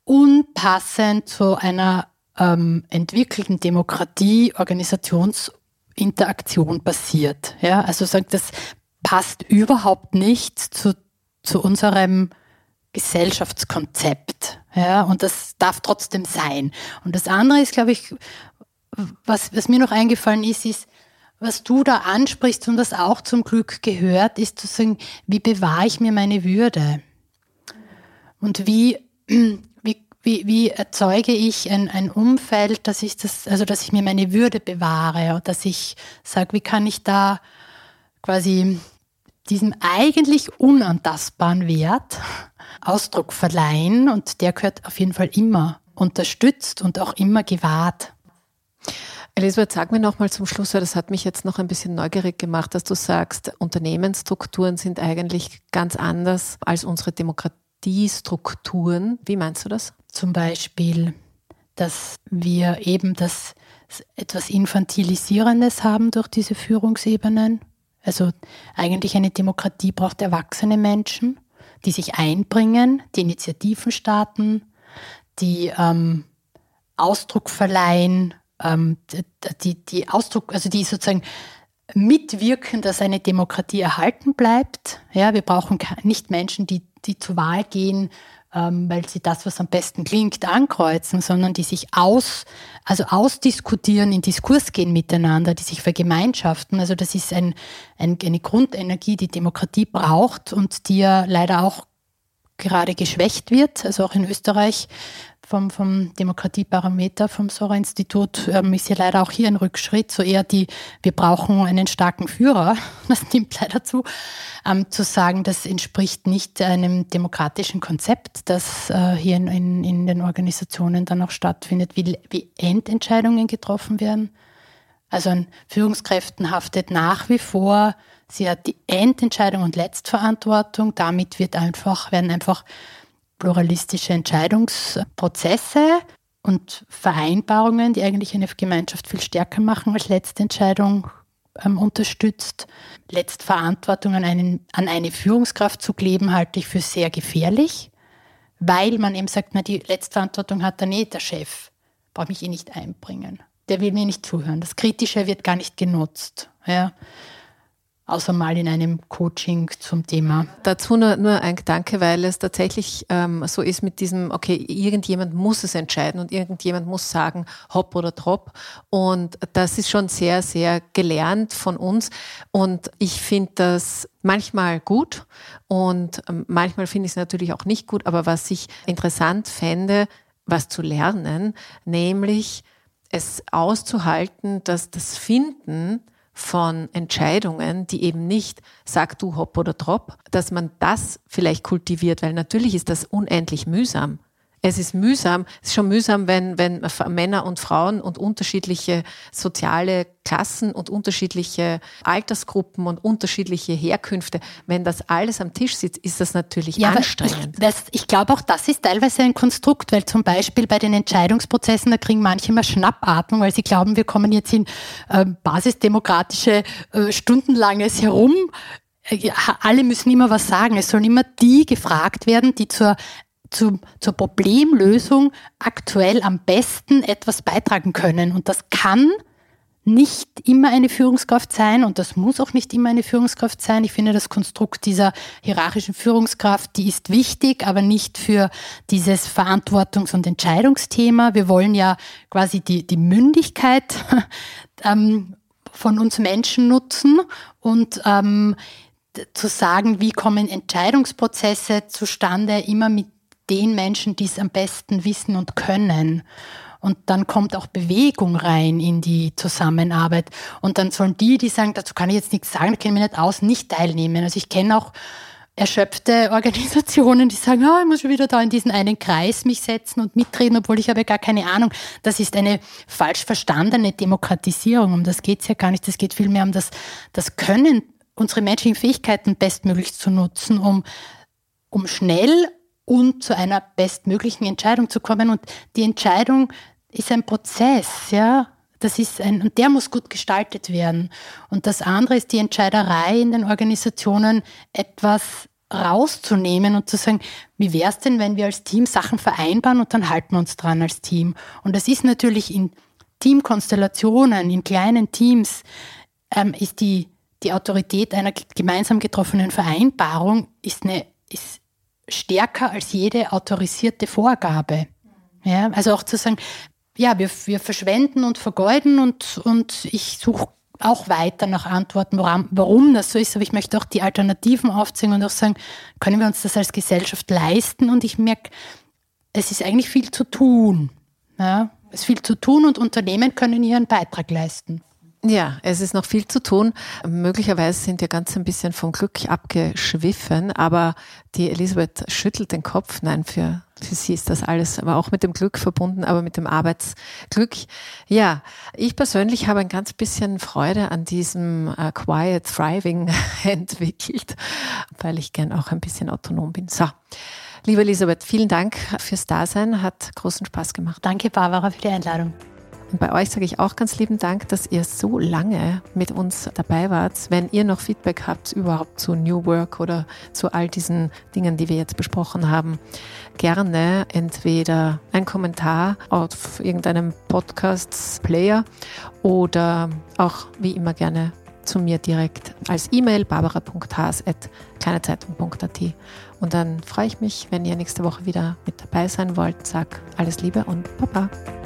unpassend zu einer ähm, entwickelten Demokratie, Organisationsinteraktion passiert. Ja, also sagt, das passt überhaupt nicht zu, zu unserem Gesellschaftskonzept. Ja, und das darf trotzdem sein. Und das andere ist, glaube ich, was, was mir noch eingefallen ist, ist, was du da ansprichst und das auch zum Glück gehört, ist zu sagen, wie bewahre ich mir meine Würde? Und wie, wie, wie, wie erzeuge ich ein, ein Umfeld, dass ich das, also dass ich mir meine Würde bewahre und dass ich sage, wie kann ich da quasi diesem eigentlich unantastbaren Wert Ausdruck verleihen, und der gehört auf jeden Fall immer unterstützt und auch immer gewahrt. Elisabeth, sag mir noch mal zum Schluss, weil das hat mich jetzt noch ein bisschen neugierig gemacht, dass du sagst, Unternehmensstrukturen sind eigentlich ganz anders als unsere Demokratiestrukturen. Wie meinst du das? Zum Beispiel, dass wir eben das etwas Infantilisierendes haben durch diese Führungsebenen. Also eigentlich eine Demokratie braucht erwachsene Menschen, die sich einbringen, die Initiativen starten, die ähm, Ausdruck verleihen, ähm, die, die Ausdruck, also die sozusagen mitwirken, dass eine Demokratie erhalten bleibt. Ja, wir brauchen nicht Menschen, die, die zur Wahl gehen, ähm, weil sie das, was am besten klingt, ankreuzen, sondern die sich aus, also ausdiskutieren, in Diskurs gehen miteinander, die sich vergemeinschaften. Also das ist ein, ein, eine Grundenergie, die Demokratie braucht und die ja leider auch gerade geschwächt wird. Also auch in Österreich vom, vom Demokratiebarometer, vom Sora-Institut, ähm, ist ja leider auch hier ein Rückschritt. So eher die, wir brauchen einen starken Führer, das nimmt leider zu, ähm, zu sagen, das entspricht nicht einem demokratischen Konzept, das äh, hier in, in, in den Organisationen dann auch stattfindet, wie, wie Endentscheidungen getroffen werden. Also an Führungskräften haftet nach wie vor, sie hat die Endentscheidung und Letztverantwortung, damit wird einfach, werden einfach pluralistische Entscheidungsprozesse und Vereinbarungen, die eigentlich eine Gemeinschaft viel stärker machen als Letztentscheidung, ähm, unterstützt. Letztverantwortung an, einen, an eine Führungskraft zu kleben, halte ich für sehr gefährlich, weil man eben sagt, na, die Letztverantwortung hat dann eh der Chef, brauche mich eh nicht einbringen. Der will mir nicht zuhören. Das Kritische wird gar nicht genutzt. Ja. Außer mal in einem Coaching zum Thema. Dazu nur, nur ein Gedanke, weil es tatsächlich ähm, so ist mit diesem, okay, irgendjemand muss es entscheiden und irgendjemand muss sagen, hopp oder trop. Und das ist schon sehr, sehr gelernt von uns. Und ich finde das manchmal gut und ähm, manchmal finde ich es natürlich auch nicht gut. Aber was ich interessant fände, was zu lernen, nämlich es auszuhalten, dass das Finden von Entscheidungen, die eben nicht sag du hopp oder trop, dass man das vielleicht kultiviert, weil natürlich ist das unendlich mühsam. Es ist mühsam, es ist schon mühsam, wenn, wenn Männer und Frauen und unterschiedliche soziale Klassen und unterschiedliche Altersgruppen und unterschiedliche Herkünfte, wenn das alles am Tisch sitzt, ist das natürlich ja, anstrengend. Ich, das, ich glaube, auch das ist teilweise ein Konstrukt, weil zum Beispiel bei den Entscheidungsprozessen, da kriegen manche mal Schnappatmung, weil sie glauben, wir kommen jetzt in äh, basisdemokratische, äh, stundenlanges Herum. Äh, alle müssen immer was sagen. Es sollen immer die gefragt werden, die zur Zu, zur Problemlösung aktuell am besten etwas beitragen können. Und das kann nicht immer eine Führungskraft sein und das muss auch nicht immer eine Führungskraft sein. Ich finde, das Konstrukt dieser hierarchischen Führungskraft, die ist wichtig, aber nicht für dieses Verantwortungs- und Entscheidungsthema. Wir wollen ja quasi die, die Mündigkeit ähm, von uns Menschen nutzen und ähm, zu sagen, wie kommen Entscheidungsprozesse zustande, immer mit den Menschen, die es am besten wissen und können. Und dann kommt auch Bewegung rein in die Zusammenarbeit. Und dann sollen die, die sagen, dazu kann ich jetzt nichts sagen, da kenne ich mich nicht aus, nicht teilnehmen. Also ich kenne auch erschöpfte Organisationen, die sagen, oh, ich muss schon wieder da in diesen einen Kreis mich setzen und mitreden, obwohl ich habe ja gar keine Ahnung. Das ist eine falsch verstandene Demokratisierung. Um das geht es ja gar nicht. Es geht vielmehr um das, das Können, unsere menschlichen Fähigkeiten bestmöglich zu nutzen, um, um schnell und zu einer bestmöglichen Entscheidung zu kommen. Und die Entscheidung ist ein Prozess, ja. Das ist ein, und der muss gut gestaltet werden. Und das andere ist die Entscheiderei in den Organisationen etwas rauszunehmen und zu sagen, wie wäre es denn, wenn wir als Team Sachen vereinbaren und dann halten wir uns dran als Team. Und das ist natürlich in Teamkonstellationen, in kleinen Teams, ähm, ist die, die Autorität einer gemeinsam getroffenen Vereinbarung ist, eine, ist stärker als jede autorisierte Vorgabe. Ja, also auch zu sagen, ja, wir, wir verschwenden und vergeuden und, und ich suche auch weiter nach Antworten, warum, warum das so ist. Aber ich möchte auch die Alternativen aufzeigen und auch sagen, können wir uns das als Gesellschaft leisten? Und ich merke, es ist eigentlich viel zu tun. Ja, es ist viel zu tun und Unternehmen können hier einen Beitrag leisten. Ja, es ist noch viel zu tun. Möglicherweise sind wir ganz ein bisschen vom Glück abgeschwiffen, aber die Elisabeth schüttelt den Kopf. Nein, für, für sie ist das alles aber auch mit dem Glück verbunden, aber mit dem Arbeitsglück. Ja, ich persönlich habe ein ganz bisschen Freude an diesem uh, Quiet Thriving entwickelt, weil ich gern auch ein bisschen autonom bin. So. Liebe Elisabeth, vielen Dank fürs Dasein, hat großen Spaß gemacht. Danke, Barbara, für die Einladung. Und bei euch sage ich auch ganz lieben Dank, dass ihr so lange mit uns dabei wart. Wenn ihr noch Feedback habt überhaupt zu New Work oder zu all diesen Dingen, die wir jetzt besprochen haben, gerne entweder ein Kommentar auf irgendeinem Podcast-Player oder auch wie immer gerne zu mir direkt als E-Mail barbara punkt haas at kleinezeitung punkt at. Und dann freue ich mich, wenn ihr nächste Woche wieder mit dabei sein wollt. Sag alles Liebe und Baba.